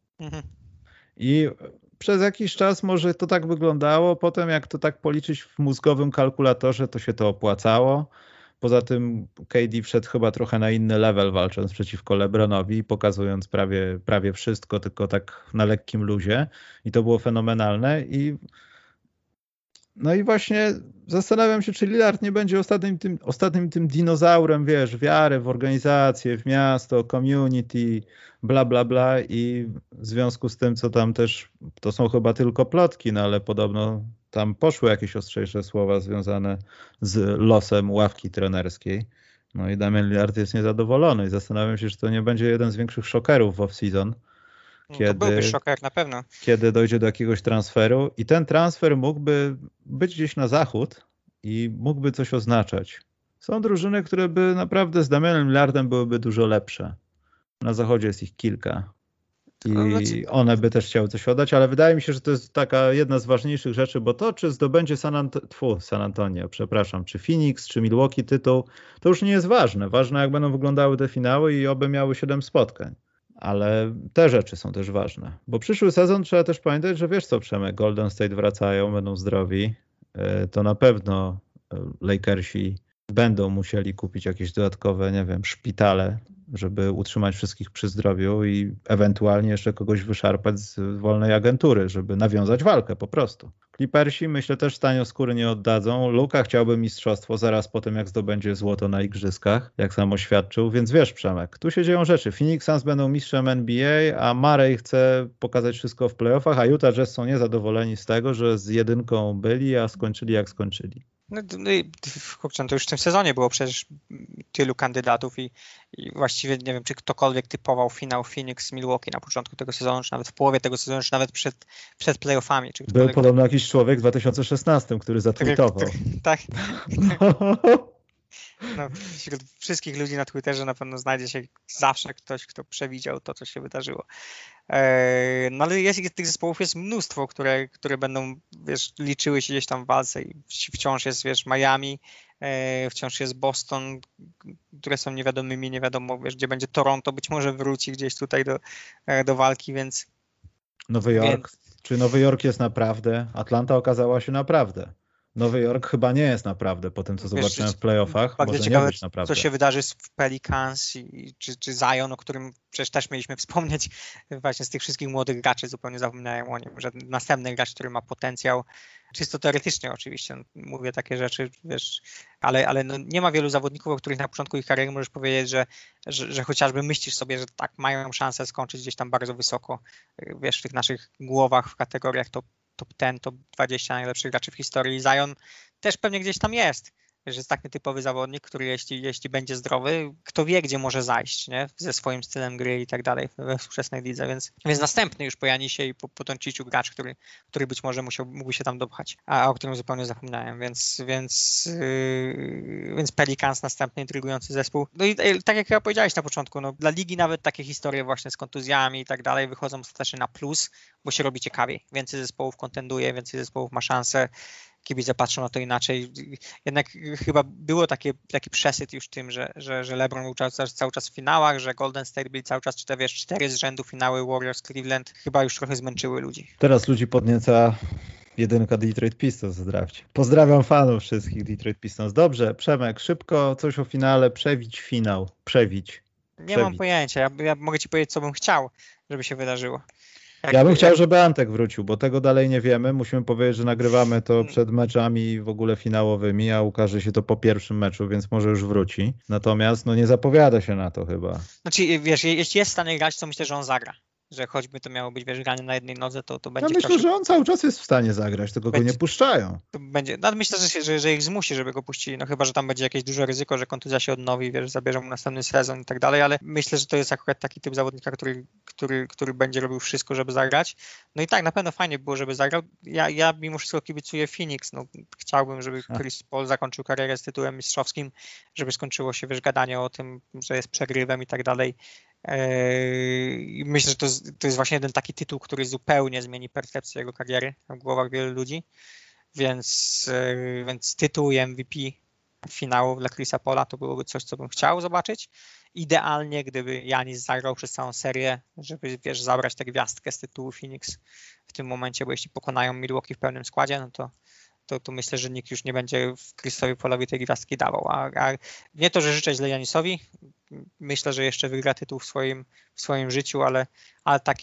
Speaker 1: I przez jakiś czas może to tak wyglądało, potem jak to tak policzyć w mózgowym kalkulatorze, to się to opłacało. Poza tym KD wszedł chyba trochę na inny level, walcząc przeciwko LeBronowi, pokazując prawie wszystko, tylko tak na lekkim luzie. I to było fenomenalne. No i właśnie zastanawiam się, czy Lillard nie będzie ostatnim tym dinozaurem, wiesz, wiary w organizację, w miasto, community, bla, bla, bla i w związku z tym, co tam też, to są chyba tylko plotki, no ale podobno tam poszły jakieś ostrzejsze słowa związane z losem ławki trenerskiej. No i Damian Lillard jest niezadowolony i zastanawiam się, czy to nie będzie jeden z większych szokerów w off-season.
Speaker 2: To byłby szoker na pewno.
Speaker 1: Kiedy dojdzie do jakiegoś transferu i ten transfer mógłby być gdzieś na zachód i mógłby coś oznaczać. Są drużyny, które by naprawdę z Damianem Lillardem byłyby dużo lepsze. Na zachodzie jest ich kilka i one by też chciały coś oddać, ale wydaje mi się, że to jest taka jedna z ważniejszych rzeczy, bo to, czy zdobędzie San Antonio, czy Phoenix, czy Milwaukee tytuł, to już nie jest ważne. Ważne, jak będą wyglądały te finały i oby miały 7 spotkań. Ale te rzeczy są też ważne, bo przyszły sezon trzeba też pamiętać, że wiesz co, Przemek, Golden State wracają, będą zdrowi, to na pewno Lakersi będą musieli kupić jakieś dodatkowe, nie wiem, szpitale, żeby utrzymać wszystkich przy zdrowiu i ewentualnie jeszcze kogoś wyszarpać z wolnej agentury, żeby nawiązać walkę po prostu. Clippersi myślę też tanio skóry nie oddadzą. Luka chciałby mistrzostwo zaraz po tym, jak zdobędzie złoto na igrzyskach, jak sam oświadczył, więc wiesz, Przemek, tu się dzieją rzeczy. Phoenix Suns będą mistrzem NBA, a Murray chce pokazać wszystko w playoffach, a Utah Jazz są niezadowoleni z tego, że z 1 byli, a skończyli jak skończyli.
Speaker 2: No i kurczę, to już w tym sezonie było przecież tylu kandydatów i właściwie nie wiem, czy ktokolwiek typował finał Phoenix z Milwaukee na początku tego sezonu, czy nawet w połowie tego sezonu, czy nawet przed playoffami. Czy
Speaker 1: Był podobno jakiś człowiek w 2016, który zatweetował.
Speaker 2: Tak. No, wśród wszystkich ludzi na Twitterze na pewno znajdzie się zawsze ktoś, kto przewidział to, co się wydarzyło. No ale tych zespołów jest mnóstwo, które będą, wiesz, liczyły się gdzieś tam w walce i wciąż jest, wiesz, Miami, wciąż jest Boston, które są niewiadomymi, nie wiadomo, wiesz, gdzie będzie Toronto, być może wróci gdzieś tutaj do walki, więc...
Speaker 1: Nowy Jork, czy Nowy Jork jest naprawdę? Atlanta okazała się naprawdę. Nowy Jork chyba nie jest naprawdę po tym, co zobaczyłem w playoffach. Może
Speaker 2: ciekawe,
Speaker 1: nie być naprawdę.
Speaker 2: Co się wydarzy w Pelicans czy Zion, o którym przecież też mieliśmy wspomnieć właśnie z tych wszystkich młodych graczy, zupełnie zapominają o nim, że następny gracz, który ma potencjał, czysto teoretycznie oczywiście, mówię takie rzeczy, wiesz, ale no nie ma wielu zawodników, o których na początku ich kariery możesz powiedzieć, że chociażby myślisz sobie, że tak mają szansę skończyć gdzieś tam bardzo wysoko, wiesz, w tych naszych głowach w kategoriach top 10, top 20 najlepszych graczy w historii. Zion też pewnie gdzieś tam jest. Że jest taki typowy zawodnik, który jeśli będzie zdrowy, kto wie, gdzie może zajść, nie? Ze swoim stylem gry i tak dalej we współczesnej lidze, więc następny już po Janisie i po Donciciu gracz, który być może mógłby się tam dopchać, a o którym zupełnie zapomniałem, więc Pelicans następny intrygujący zespół. No i tak jak ja powiedziałeś na początku, no dla ligi nawet takie historie właśnie z kontuzjami i tak dalej wychodzą ostatecznie na plus, bo się robi ciekawiej. Więcej zespołów kontenduje, więcej zespołów ma szansę. Kibice patrzą na to inaczej. Jednak chyba było taki przesyt już tym, że LeBron był cały czas w finałach, że Golden State byli cały czas 4 z rzędu finały, Warriors, Cleveland. Chyba już trochę zmęczyły ludzi.
Speaker 1: Teraz ludzi podnieca 1 Detroit Pistons w drafcie. Pozdrawiam fanów wszystkich Detroit Pistons. Dobrze, Przemek, szybko coś o finale. Przewić finał. Przewić.
Speaker 2: Nie mam pojęcia. Ja mogę ci powiedzieć, co bym chciał, żeby się wydarzyło.
Speaker 1: Ja bym chciał, żeby Antek wrócił, bo tego dalej nie wiemy. Musimy powiedzieć, że nagrywamy to przed meczami w ogóle finałowymi, a ukaże się to po pierwszym meczu, więc może już wróci. Natomiast no nie zapowiada się na to chyba.
Speaker 2: Znaczy, wiesz, jeśli jest w stanie grać, to myślę, że on zagra. Że choćby to miało być, wiesz, granie na jednej nodze, to będzie...
Speaker 1: Ja myślę, że on cały czas jest w stanie zagrać, tylko go nie puszczają.
Speaker 2: To będzie, no myślę, że ich zmusi, żeby go puścili, no chyba, że tam będzie jakieś duże ryzyko, że kontuzja się odnowi, wiesz, zabierze mu następny sezon i tak dalej, ale myślę, że to jest akurat taki typ zawodnika, który będzie robił wszystko, żeby zagrać. No i tak, na pewno fajnie było, żeby zagrał. Ja mimo wszystko kibicuję Phoenix, no chciałbym, żeby Chris Paul zakończył karierę z tytułem mistrzowskim, żeby skończyło się, wiesz, gadanie o tym, że jest przegrywem i tak dalej. Myślę, że to jest właśnie jeden taki tytuł, który zupełnie zmieni percepcję jego kariery w głowach wielu ludzi, więc tytuł i MVP finału dla Chrisa Paula to byłoby coś, co bym chciał zobaczyć. Idealnie, gdyby Giannis zagrał przez całą serię, żeby, wiesz, zabrać tę gwiazdkę z tytułu Phoenix w tym momencie, bo jeśli pokonają Milwaukee w pełnym składzie, no to myślę, że nikt już nie będzie Chrisowi Paulowi tej gwiazdki dawał. A nie to, że życzę źle Giannisowi, myślę, że jeszcze wygra tytuł w swoim życiu, ale tak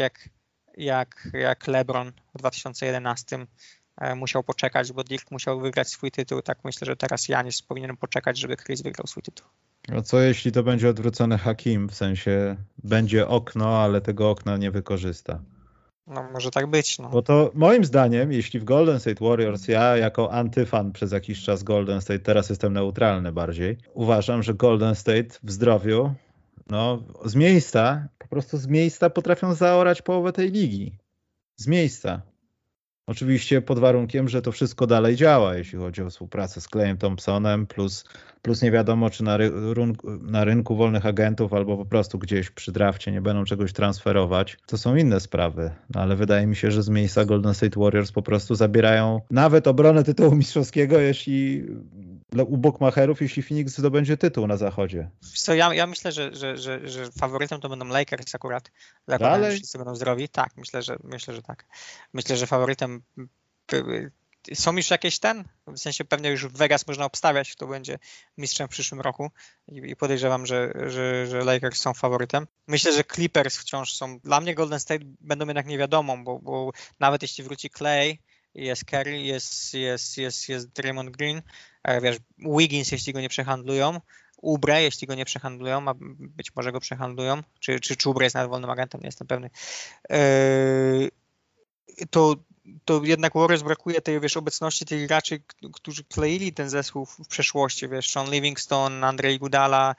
Speaker 2: jak LeBron w 2011 musiał poczekać, bo Dirk musiał wygrać swój tytuł, tak myślę, że teraz Giannis powinien poczekać, żeby Chris wygrał swój tytuł.
Speaker 1: A co jeśli to będzie odwrócony Hakim, w sensie będzie okno, ale tego okna nie wykorzysta?
Speaker 2: No może tak być. No.
Speaker 1: Bo to moim zdaniem, jeśli w Golden State Warriors, ja jako antyfan przez jakiś czas Golden State, teraz jestem neutralny bardziej, uważam, że Golden State w zdrowiu, no po prostu z miejsca potrafią zaorać połowę tej ligi. Z miejsca. Oczywiście pod warunkiem, że to wszystko dalej działa, jeśli chodzi o współpracę z Clayem Thompsonem, plus nie wiadomo, czy na rynku wolnych agentów albo po prostu gdzieś przy drafcie nie będą czegoś transferować. To są inne sprawy, no ale wydaje mi się, że z miejsca Golden State Warriors po prostu zabierają nawet obronę tytułu mistrzowskiego, u bukmacherów, jeśli Phoenix zdobędzie tytuł na zachodzie.
Speaker 2: So, ja myślę, że faworytem to będą Lakers akurat. Wszyscy będą zdrowi. Tak, myślę, że tak. Myślę, że faworytem są już jakieś w sensie pewnie już w Vegas można obstawiać, kto będzie mistrzem w przyszłym roku i podejrzewam, że Lakers są faworytem. Myślę, że Clippers wciąż są, dla mnie Golden State będą jednak niewiadomą, bo nawet jeśli wróci Clay jest Curry, jest Draymond Green, wiesz, Wiggins, jeśli go nie przehandlują, Oubre, jeśli go nie przehandlują, a być może go przehandlują, czy Oubre jest nawet wolnym agentem, nie jestem pewny, to jednak Warriors brakuje tej, wiesz, obecności tych graczy, którzy kleili ten zespół w przeszłości, wiesz, Sean Livingston, Andre Iguodala,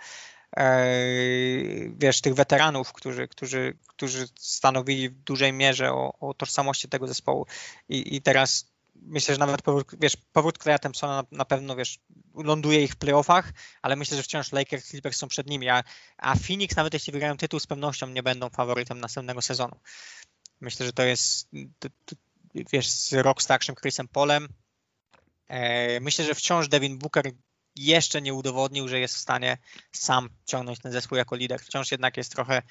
Speaker 2: wiesz, tych weteranów, którzy stanowili w dużej mierze o tożsamości tego zespołu i teraz myślę, że nawet powrót Claya Thompsona na pewno, wiesz, ląduje ich w playoffach, ale myślę, że wciąż Lakers, Clippers są przed nimi, a Phoenix, nawet jeśli wygrają tytuł, z pewnością nie będą faworytem następnego sezonu. Myślę, że to jest, wiesz, z rok starszym Chrisem Paulem. Myślę, że wciąż Devin Booker jeszcze nie udowodnił, że jest w stanie sam ciągnąć ten zespół jako lider. Wciąż jednak jest trochę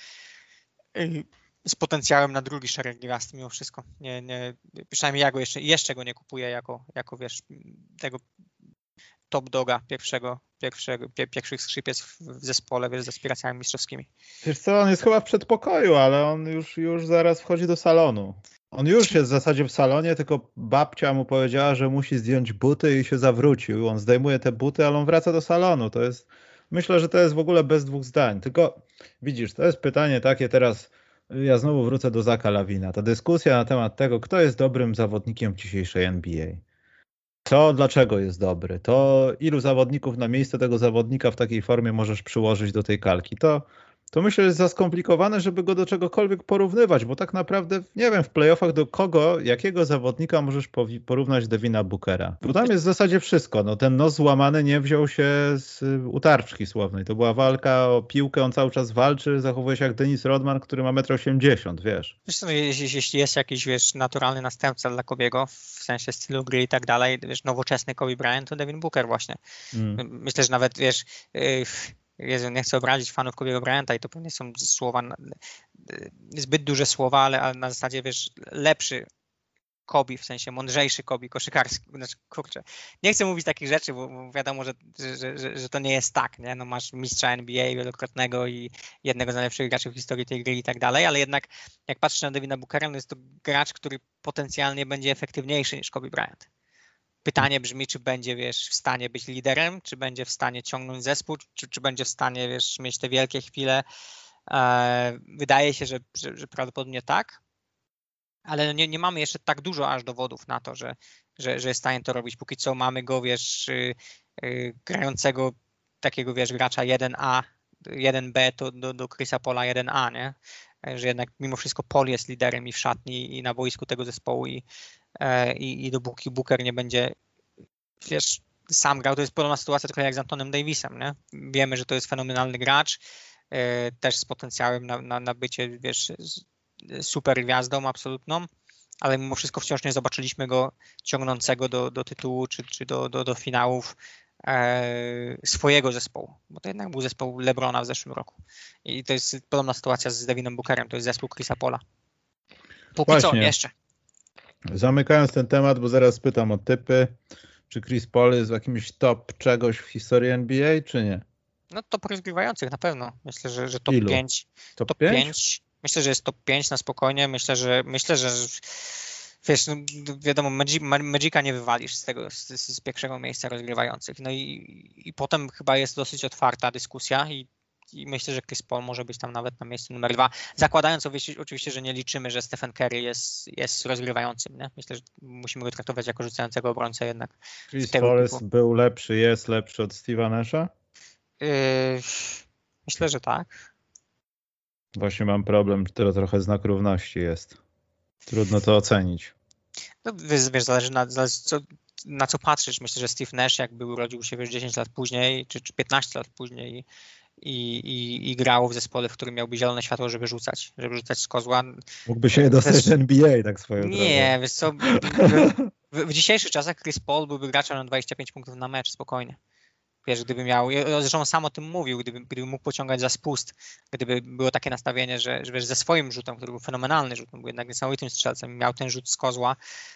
Speaker 2: z potencjałem na drugi szereg gwiazd mimo wszystko. Przynajmniej ja go jeszcze go nie kupuję jako wiesz, tego top doga pierwszych skrzypiec w zespole, wiesz, z aspiracjami mistrzowskimi.
Speaker 1: Wiesz co, on jest chyba w przedpokoju, ale on już zaraz wchodzi do salonu. On już jest w zasadzie w salonie, tylko babcia mu powiedziała, że musi zdjąć buty i się zawrócił. On zdejmuje te buty, ale on wraca do salonu. Myślę, że to jest w ogóle bez dwóch zdań. Tylko widzisz, to jest pytanie takie teraz, ja znowu wrócę do Zacka Lavina. Ta dyskusja na temat tego, kto jest dobrym zawodnikiem w dzisiejszej NBA. To dlaczego jest dobry? To ilu zawodników na miejsce tego zawodnika w takiej formie możesz przyłożyć do tej kalki? To myślę, że jest za skomplikowane, żeby go do czegokolwiek porównywać, bo tak naprawdę, nie wiem, w playoffach do jakiego zawodnika możesz porównać Devina Bookera? Bo tam jest w zasadzie wszystko. No, ten nos złamany nie wziął się z utarczki słownej. To była walka o piłkę, on cały czas walczy, zachowuje się jak Dennis Rodman, który ma 1,80 m, wiesz.
Speaker 2: Wiesz co, jeśli jest jakiś, wiesz, naturalny następca dla Kobiego, w sensie stylu gry i tak dalej, wiesz, nowoczesny Kobe Bryant, to Devin Booker właśnie. Myślę, że nawet, wiesz, Jezu, nie chcę obrazić fanów Kobe'ego Bryanta i to pewnie są słowa, zbyt duże słowa, ale na zasadzie, wiesz, lepszy Kobe, w sensie mądrzejszy Kobe, koszykarski, znaczy, kurczę, nie chcę mówić takich rzeczy, bo wiadomo, że to nie jest tak, nie? No masz mistrza NBA wielokrotnego i jednego z najlepszych graczy w historii tej gry i tak dalej, ale jednak jak patrzysz na Devina Bookera, no jest to gracz, który potencjalnie będzie efektywniejszy niż Kobe Bryant. Pytanie brzmi, czy będzie, wiesz, w stanie być liderem, czy będzie w stanie ciągnąć zespół, czy będzie w stanie, wiesz, mieć te wielkie chwile. Wydaje się, że prawdopodobnie tak, ale nie mamy jeszcze tak dużo aż dowodów na to, że jest w stanie to robić. Póki co mamy go, wiesz, grającego takiego, wiesz, gracza 1A, 1B to do Chrisa Paula 1A, nie? Że jednak mimo wszystko Paul jest liderem i w szatni, i na boisku tego zespołu i dopóki Booker nie będzie, wiesz, sam grał, to jest podobna sytuacja trochę jak z Antonem Davisem, nie? Wiemy, że to jest fenomenalny gracz, też z potencjałem na bycie, wiesz, super gwiazdą absolutną, ale mimo wszystko wciąż nie zobaczyliśmy go ciągnącego do tytułu czy do finałów swojego zespołu, bo to jednak był zespół LeBrona w zeszłym roku i to jest podobna sytuacja z Devinem Bookerem, to jest zespół Chrisa Paula. Póki co, jeszcze.
Speaker 1: Zamykając ten temat, bo zaraz pytam o typy, czy Chris Paul jest w jakimś top czegoś w historii NBA, czy nie?
Speaker 2: No top rozgrywających na pewno. Myślę, że top 5.
Speaker 1: Top 5?
Speaker 2: Myślę, że jest top 5 na spokojnie. Myślę, że wiesz, no, wiadomo, Magica nie wywalisz z pierwszego miejsca rozgrywających. No i potem chyba jest dosyć otwarta dyskusja i myślę, że Chris Paul może być tam nawet na miejscu numer 2. Zakładając oczywiście, że nie liczymy, że Stephen Curry jest rozgrywającym. Nie? Myślę, że musimy go traktować jako rzucającego obrońcę jednak.
Speaker 1: Chris Paul jest lepszy od Steve'a Nasha?
Speaker 2: Myślę, że tak.
Speaker 1: Właśnie mam problem, to trochę znak równości jest. Trudno to ocenić.
Speaker 2: No, wiesz, zależy na co patrzysz. Myślę, że Steve Nash jakby urodził się, wiesz, 10 lat później, czy 15 lat później i grał w zespole, w którym miałby zielone światło, żeby rzucać z kozła.
Speaker 1: Mógłby się dostać do NBA, tak swoją drogą.
Speaker 2: Nie, wiesz co, w dzisiejszych czasach Chris Paul byłby graczem na 25 punktów na mecz, spokojnie. Wiesz, gdyby miał, zresztą sam o tym mówił, gdyby mógł pociągać za spust, gdyby było takie nastawienie, że wiesz, ze swoim rzutem, który był fenomenalny rzut, był jednak niesamowitym strzelcem, miał ten rzut z kozła,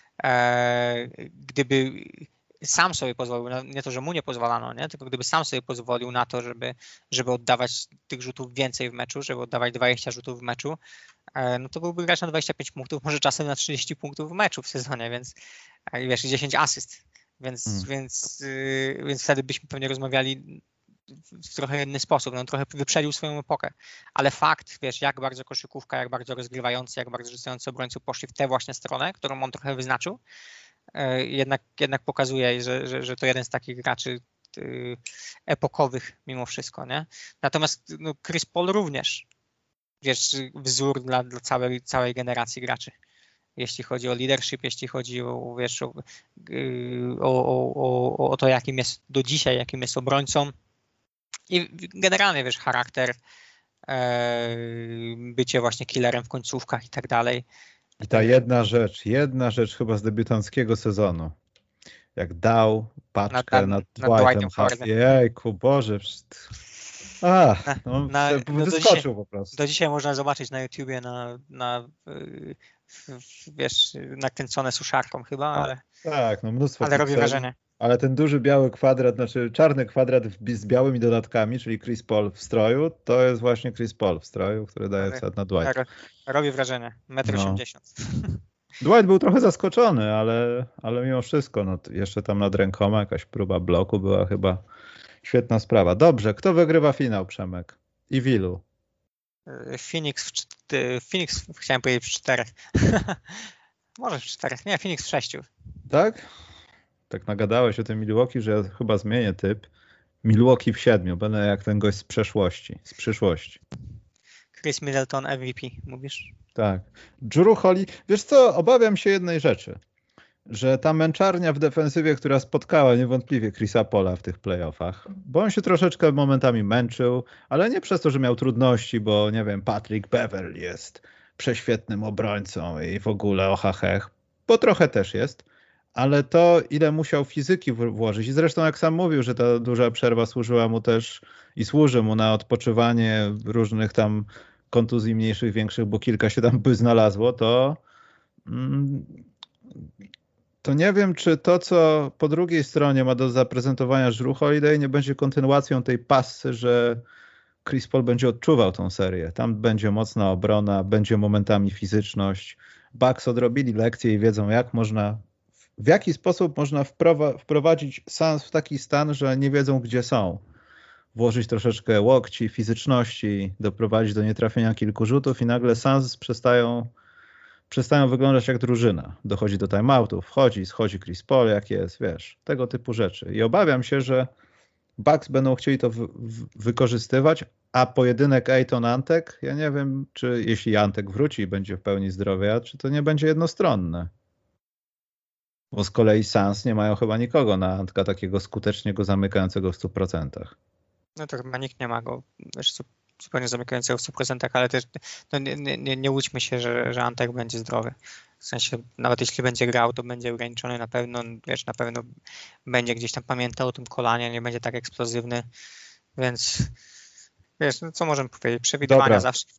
Speaker 2: gdyby sam sobie pozwolił, nie to, że mu nie pozwalano, nie? Tylko gdyby sam sobie pozwolił na to, żeby oddawać tych rzutów więcej w meczu, żeby oddawać 20 rzutów w meczu, no to byłby gracz na 25 punktów, może czasem na 30 punktów w meczu w sezonie, więc wiesz, 10 asyst, więc wtedy byśmy pewnie rozmawiali w trochę inny sposób, no trochę wyprzedził swoją epokę, ale fakt, wiesz, jak bardzo koszykówka, jak bardzo rozgrywający, jak bardzo rzucający obrońcy poszli w tę właśnie stronę, którą on trochę wyznaczył, jednak pokazuje, że to jeden z takich graczy epokowych mimo wszystko, nie? Natomiast no, Chris Paul również, wiesz, wzór dla całej generacji graczy. Jeśli chodzi o leadership, jeśli chodzi o, wiesz, o to, jakim jest do dzisiaj, jakim jest obrońcą i generalnie, wiesz, charakter, bycie właśnie killerem w końcówkach i tak dalej.
Speaker 1: I ta jedna rzecz chyba z debiutanckiego sezonu. Jak dał paczkę nad Dwightem Howardem. Jejku, Boże. Wyskoczył po prostu.
Speaker 2: Do dzisiaj można zobaczyć na YouTubie wiesz, nakręcone suszarką chyba, ale...
Speaker 1: Tak, no mnóstwo.
Speaker 2: Ale robi wrażenie.
Speaker 1: Ale ten duży biały kwadrat, znaczy czarny kwadrat z białymi dodatkami, czyli Chris Paul w stroju, to jest właśnie Chris Paul w stroju, który daje wsad na Dwight.
Speaker 2: Robi wrażenie. 1,80 m.
Speaker 1: Dwight był trochę zaskoczony, ale mimo wszystko, no jeszcze tam nad rękoma jakaś próba bloku była chyba świetna sprawa. Dobrze, kto wygrywa finał, Przemek? I w ilu?
Speaker 2: Phoenix chciałem powiedzieć w 4. Może w 4. Nie, Phoenix w 6.
Speaker 1: Tak? Tak nagadałeś o tym Milwaukee, że ja chyba zmienię typ. Milwaukee w 7. Będę jak ten gość z przyszłości.
Speaker 2: Chris Middleton MVP, mówisz?
Speaker 1: Tak. Jrue Holiday. Wiesz co, obawiam się jednej rzeczy. Że ta męczarnia w defensywie, która spotkała niewątpliwie Chrisa Paula w tych playoffach, bo on się troszeczkę momentami męczył, ale nie przez to, że miał trudności, bo nie wiem, Patrick Beverley jest prześwietnym obrońcą i w ogóle ohachech, bo trochę też jest, ale to, ile musiał fizyki włożyć i zresztą jak sam mówił, że ta duża przerwa służyła mu też i służy mu na odpoczywanie różnych tam kontuzji mniejszych, większych, bo kilka się tam by znalazło, to nie wiem, czy to, co po drugiej stronie ma do zaprezentowania Jrue Holiday, nie będzie kontynuacją tej passy, że Chris Paul będzie odczuwał tą serię. Tam będzie mocna obrona, będzie momentami fizyczność. Bucks odrobili lekcje i wiedzą, w jaki sposób można wprowadzić Suns w taki stan, że nie wiedzą, gdzie są. Włożyć troszeczkę łokci, fizyczności, doprowadzić do nietrafienia kilku rzutów i nagle Suns przestają wyglądać jak drużyna. Dochodzi do timeoutów, schodzi Chris Paul, jak jest, wiesz, tego typu rzeczy. I obawiam się, że Bucks będą chcieli to wykorzystywać, a pojedynek Ayton-Antek, ja nie wiem, czy jeśli Antek wróci i będzie w pełni zdrowia, czy to nie będzie jednostronne. Bo z kolei Suns nie mają chyba nikogo na Antka takiego skutecznie go zamykającego w 100%.
Speaker 2: No to chyba nikt nie ma go, wiesz, zupełnie zamykającego w 100%, ale też no nie łudźmy się, że Antek będzie zdrowy. W sensie, nawet jeśli będzie grał, to będzie ograniczony na pewno, wiesz, na pewno będzie gdzieś tam pamiętał o tym kolanie, nie będzie tak eksplozywny, więc wiesz, no co możemy powiedzieć? Przewidywania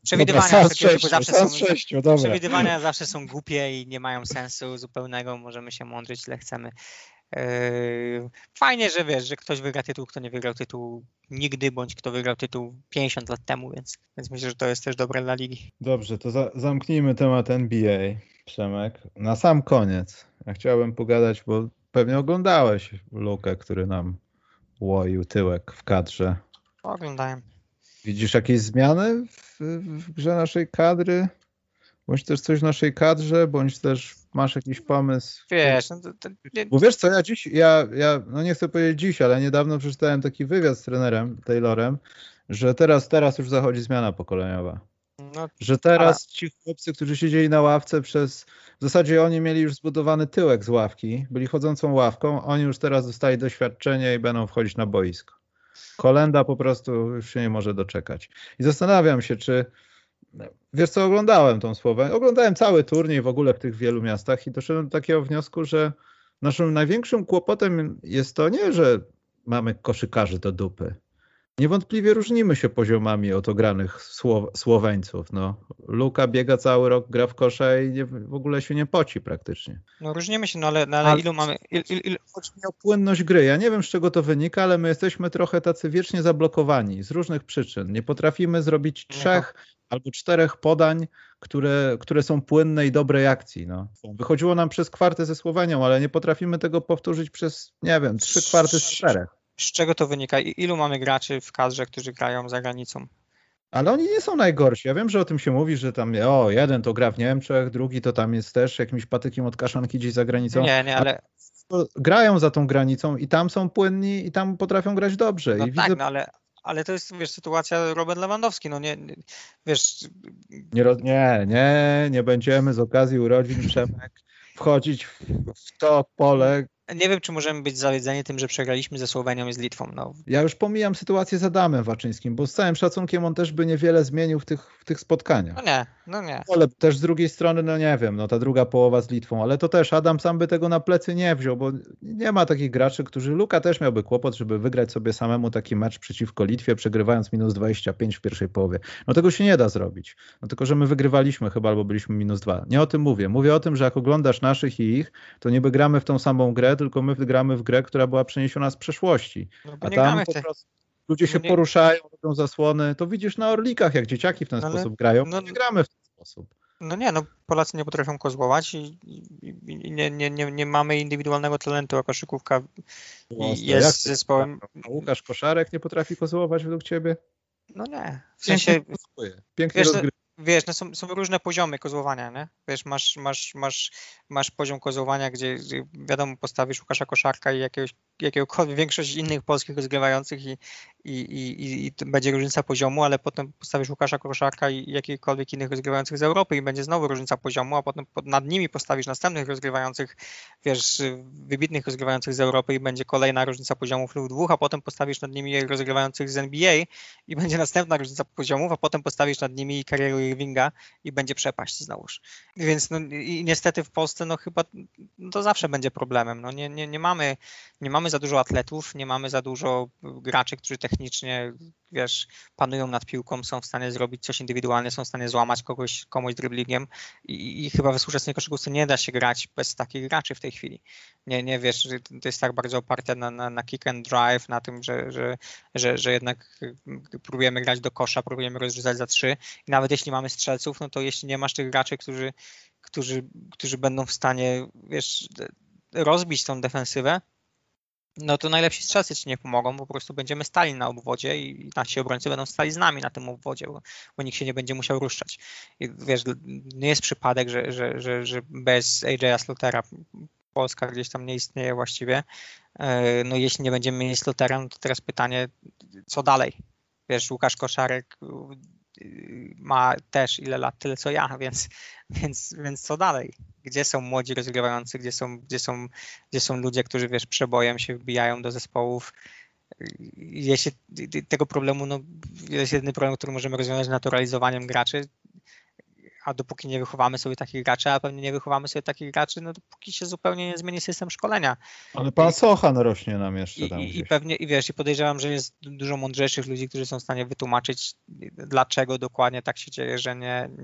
Speaker 2: zawsze są głupie i nie mają sensu zupełnego, możemy się mądrzyć ile chcemy. Fajnie, że wiesz, że ktoś wygra tytuł, kto nie wygrał tytułu nigdy, bądź kto wygrał tytuł 50 lat temu, więc myślę, że to jest też dobre dla ligi.
Speaker 1: Dobrze, to zamknijmy temat NBA, Przemek. Na sam koniec, ja chciałbym pogadać, bo pewnie oglądałeś Lukę, który nam łoił tyłek w kadrze.
Speaker 2: Oglądałem.
Speaker 1: Widzisz jakieś zmiany w grze naszej kadry? Bądź też coś w naszej kadrze, bądź też masz jakiś pomysł?
Speaker 2: Wiesz,
Speaker 1: Bo wiesz co, ja no nie chcę powiedzieć dziś, ale niedawno przeczytałem taki wywiad z trenerem Taylorem, że teraz już zachodzi zmiana pokoleniowa. No, że teraz ci chłopcy, którzy siedzieli na ławce w zasadzie oni mieli już zbudowany tyłek z ławki, byli chodzącą ławką, oni już teraz dostali doświadczenie i będą wchodzić na boisko. Kolenda po prostu już się nie może doczekać. I zastanawiam się, czy wiesz co, oglądałem tą Słowenię, oglądałem cały turniej w ogóle w tych wielu miastach i doszedłem do takiego wniosku, że naszym największym kłopotem jest to nie, że mamy koszykarzy do dupy, Niewątpliwie różnimy się poziomami od ogranych Słoweńców. No. Luka biega cały rok, gra w kosza i w ogóle się nie poci praktycznie.
Speaker 2: No różnimy się, no ale ilu mamy...
Speaker 1: Chodzi mi o płynność gry. Ja nie wiem, z czego to wynika, ale my jesteśmy trochę tacy wiecznie zablokowani z różnych przyczyn. Nie potrafimy zrobić 3 albo 4 podań, które są płynne i dobrej akcji. No. Wychodziło nam przez kwartę ze Słowenią, ale nie potrafimy tego powtórzyć przez, nie wiem, 3 kwarty z 4.
Speaker 2: Z czego to wynika? Ilu mamy graczy w kadrze, którzy grają za granicą?
Speaker 1: Ale oni nie są najgorsi. Ja wiem, że o tym się mówi, że tam jeden to gra w Niemczech, drugi to tam jest też jakimś patykiem od kaszanki gdzieś za granicą.
Speaker 2: Nie, ale...
Speaker 1: Grają za tą granicą i tam są płynni i tam potrafią grać dobrze.
Speaker 2: No
Speaker 1: I
Speaker 2: tak,
Speaker 1: widzę...
Speaker 2: no ale to jest, wiesz, sytuacja Robert Lewandowski, no nie wiesz...
Speaker 1: Nie będziemy z okazji urodzin Przemek wchodzić w to pole.
Speaker 2: Nie wiem, czy możemy być zawiedzeni tym, że przegraliśmy ze Słowenią i z Litwą. No.
Speaker 1: Ja już pomijam sytuację z Adamem Waczyńskim, bo z całym szacunkiem on też by niewiele zmienił w tych spotkaniach.
Speaker 2: No nie.
Speaker 1: Ale też z drugiej strony, no nie wiem, no ta druga połowa z Litwą, ale to też Adam sam by tego na plecy nie wziął, bo nie ma takich graczy, którzy... Luka też miałby kłopot, żeby wygrać sobie samemu taki mecz przeciwko Litwie, przegrywając -25 w pierwszej połowie. No tego się nie da zrobić. No tylko, że my wygrywaliśmy chyba, albo byliśmy -2. Nie o tym mówię. Mówię o tym, że jak oglądasz naszych i ich, to niby gramy w tą samą grę, tylko my gramy w grę, która była przeniesiona z przeszłości.
Speaker 2: No,
Speaker 1: a tam po prostu ludzie się poruszają, robią zasłony. To widzisz na Orlikach, jak dzieciaki w ten sposób grają. Nie gramy w ten sposób.
Speaker 2: No nie, no Polacy nie potrafią kozłować i nie mamy indywidualnego talentu, a koszykówka jest zespołem...
Speaker 1: A Łukasz Koszarek nie potrafi kozłować według ciebie?
Speaker 2: No nie. W sensie...
Speaker 1: Pięknie rozgrywa.
Speaker 2: Wiesz, no są różne poziomy kozłowania, nie? Wiesz, masz poziom kozłowania, gdzie wiadomo, postawisz Łukasza Koszarka i jakiegokolwiek większość innych polskich rozgrywających i będzie różnica poziomu, ale potem postawisz Łukasza Koszarka i jakichkolwiek innych rozgrywających z Europy i będzie znowu różnica poziomu, a potem nad nimi postawisz następnych rozgrywających, wiesz, wybitnych rozgrywających z Europy i będzie kolejna różnica poziomów lub 2, a potem postawisz nad nimi rozgrywających z NBA i będzie następna różnica poziomów, a potem postawisz nad nimi karierę Irvinga i będzie przepaść znowuż. Więc no i niestety w Polsce no chyba to zawsze będzie problemem. No nie mamy za dużo atletów, nie mamy za dużo graczy, którzy technicznie, wiesz, panują nad piłką, są w stanie zrobić coś indywidualnie, są w stanie złamać komuś driblingiem i chyba we współczesnej koszykówce nie da się grać bez takich graczy w tej chwili. Nie wiesz, to jest tak bardzo oparte na kick and drive, na tym, że jednak próbujemy grać do kosza, próbujemy rozrzucać za 3 i nawet jeśli mamy strzelców, no to jeśli nie masz tych graczy, którzy będą w stanie, wiesz, rozbić tą defensywę, no to najlepsi strzelcy ci nie pomogą, po prostu będziemy stali na obwodzie i nasi obrońcy będą stali z nami na tym obwodzie, bo nikt się nie będzie musiał ruszać. I wiesz, nie jest przypadek, że bez AJ'a Slutera Polska gdzieś tam nie istnieje właściwie. No jeśli nie będziemy mieli Slutera, no to teraz pytanie, co dalej? Wiesz, Łukasz Koszarek ma też ile lat, tyle co ja, więc co dalej? Gdzie są młodzi rozgrywający, gdzie są ludzie, którzy, wiesz, przebojem się wbijają do zespołów? Jeśli tego problemu, no jest jedyny problem, który możemy rozwiązać naturalizowaniem graczy, a dopóki nie wychowamy sobie takich graczy, a pewnie nie wychowamy sobie takich graczy, no dopóki się zupełnie nie zmieni system szkolenia.
Speaker 1: Ale pan Sochan rośnie nam jeszcze tam
Speaker 2: I pewnie, i wiesz, i podejrzewam, że jest dużo mądrzejszych ludzi, którzy są w stanie wytłumaczyć, dlaczego dokładnie tak się dzieje, że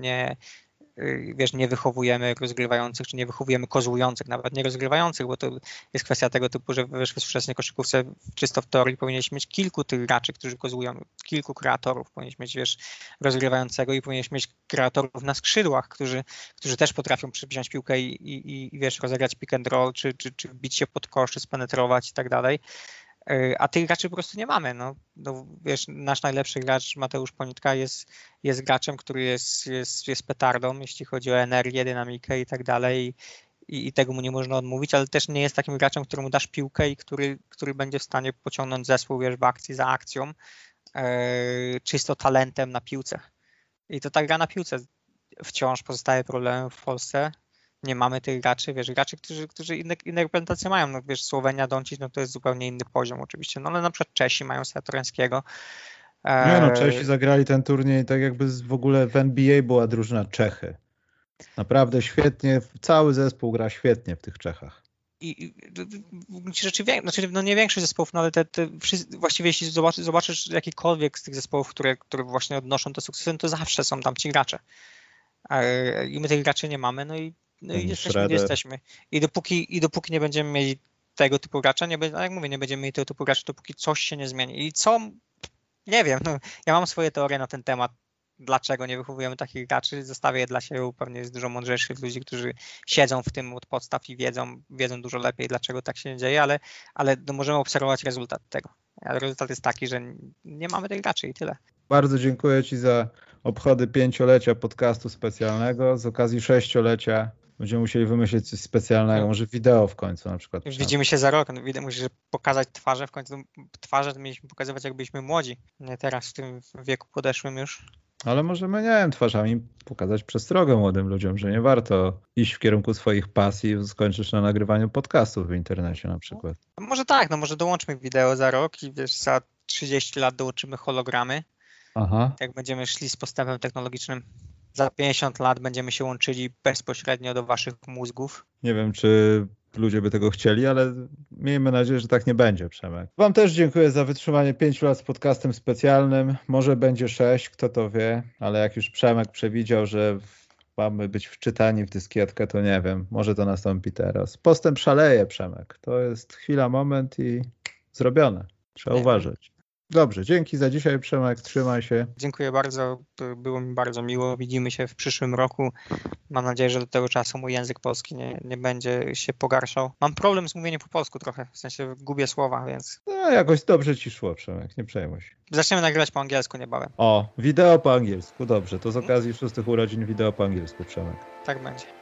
Speaker 2: nie wychowujemy rozgrywających, czy nie wychowujemy kozłujących, nawet nie rozgrywających, bo to jest kwestia tego typu, że we współczesnej koszykówce czysto w teorii powinieneś mieć kilku tych graczy, którzy kozłują, kilku kreatorów, powinieneś mieć, wiesz, rozgrywającego i powinieneś mieć kreatorów na skrzydłach, którzy też potrafią wziąć piłkę i wiesz, rozegrać pick and roll, czy bić się pod kosz, czy spenetrować i tak dalej. A tych graczy po prostu nie mamy. No wiesz, nasz najlepszy gracz Mateusz Ponitka jest graczem, który jest petardą, jeśli chodzi o energię, dynamikę i tak dalej i tego mu nie można odmówić, ale też nie jest takim graczem, któremu dasz piłkę i który będzie w stanie pociągnąć zespół, wiesz, w akcji za akcją, czysto talentem na piłce. I to ta gra na piłce wciąż pozostaje problemem w Polsce. Nie mamy tych graczy, wiesz, którzy inne reprezentacje mają, no wiesz, Słowenia, Doncic, no to jest zupełnie inny poziom oczywiście, no ale na przykład Czesi mają Satorańskiego.
Speaker 1: Nie no, Czesi zagrali ten turniej tak jakby w ogóle w NBA była drużyna Czechy. Naprawdę świetnie, cały zespół gra świetnie w tych Czechach.
Speaker 2: w gruncie rzeczy, nie większość zespołów, no ale właściwie jeśli zobaczysz jakikolwiek z tych zespołów, które właśnie odnoszą te sukcesy, no to zawsze są tam ci gracze. I my tych graczy nie mamy, no i jesteśmy, gdzie jesteśmy. I dopóki nie będziemy mieli tego typu gracza, jak mówię, nie będziemy mieli tego typu gracza, dopóki coś się nie zmieni. I nie wiem, no, ja mam swoje teorie na ten temat, dlaczego nie wychowujemy takich graczy, zostawię je dla siebie, pewnie jest dużo mądrzejszych ludzi, którzy siedzą w tym od podstaw i wiedzą dużo lepiej, dlaczego tak się nie dzieje, ale no możemy obserwować rezultat tego. Ale rezultat jest taki, że nie mamy tych graczy i tyle.
Speaker 1: Bardzo dziękuję Ci za obchody 5-lecia podcastu specjalnego. Z okazji 6-lecia będziemy musieli wymyślić coś specjalnego, może wideo w końcu na przykład.
Speaker 2: Widzimy się za rok, musisz pokazać twarze, w końcu twarze to mieliśmy pokazywać, jak byliśmy młodzi, nie teraz w tym wieku podeszłym już.
Speaker 1: Ale możemy, nie wiem, twarzami pokazać przestrogę młodym ludziom, że nie warto iść w kierunku swoich pasji i skończysz na nagrywaniu podcastów w internecie na przykład.
Speaker 2: No może tak, no może dołączmy wideo za rok i wiesz, za 30 lat dołączymy hologramy.
Speaker 1: Aha.
Speaker 2: Jak będziemy szli z postępem technologicznym, za 50 lat będziemy się łączyli bezpośrednio do waszych mózgów.
Speaker 1: Nie wiem, czy ludzie by tego chcieli, ale miejmy nadzieję, że tak nie będzie, Przemek. Wam też dziękuję za wytrzymanie 5 lat z podcastem specjalnym. Może będzie 6, kto to wie, ale jak już Przemek przewidział, że mamy być wczytani w dyskietkę, to nie wiem, może to nastąpi teraz. Postęp szaleje, Przemek. To jest chwila, moment i zrobione. Trzeba uważać. Dobrze, dzięki za dzisiaj, Przemek, trzymaj się.
Speaker 2: Dziękuję bardzo, było mi bardzo miło, widzimy się w przyszłym roku. Mam nadzieję, że do tego czasu mój język polski nie będzie się pogarszał. Mam problem z mówieniem po polsku trochę, w sensie gubię słowa, więc...
Speaker 1: No, jakoś dobrze ci szło, Przemek, nie przejmuj się.
Speaker 2: Zaczniemy nagrywać po angielsku niebawem.
Speaker 1: O, wideo po angielsku, dobrze, to z okazji 6 urodzin wideo po angielsku, Przemek.
Speaker 2: Tak będzie.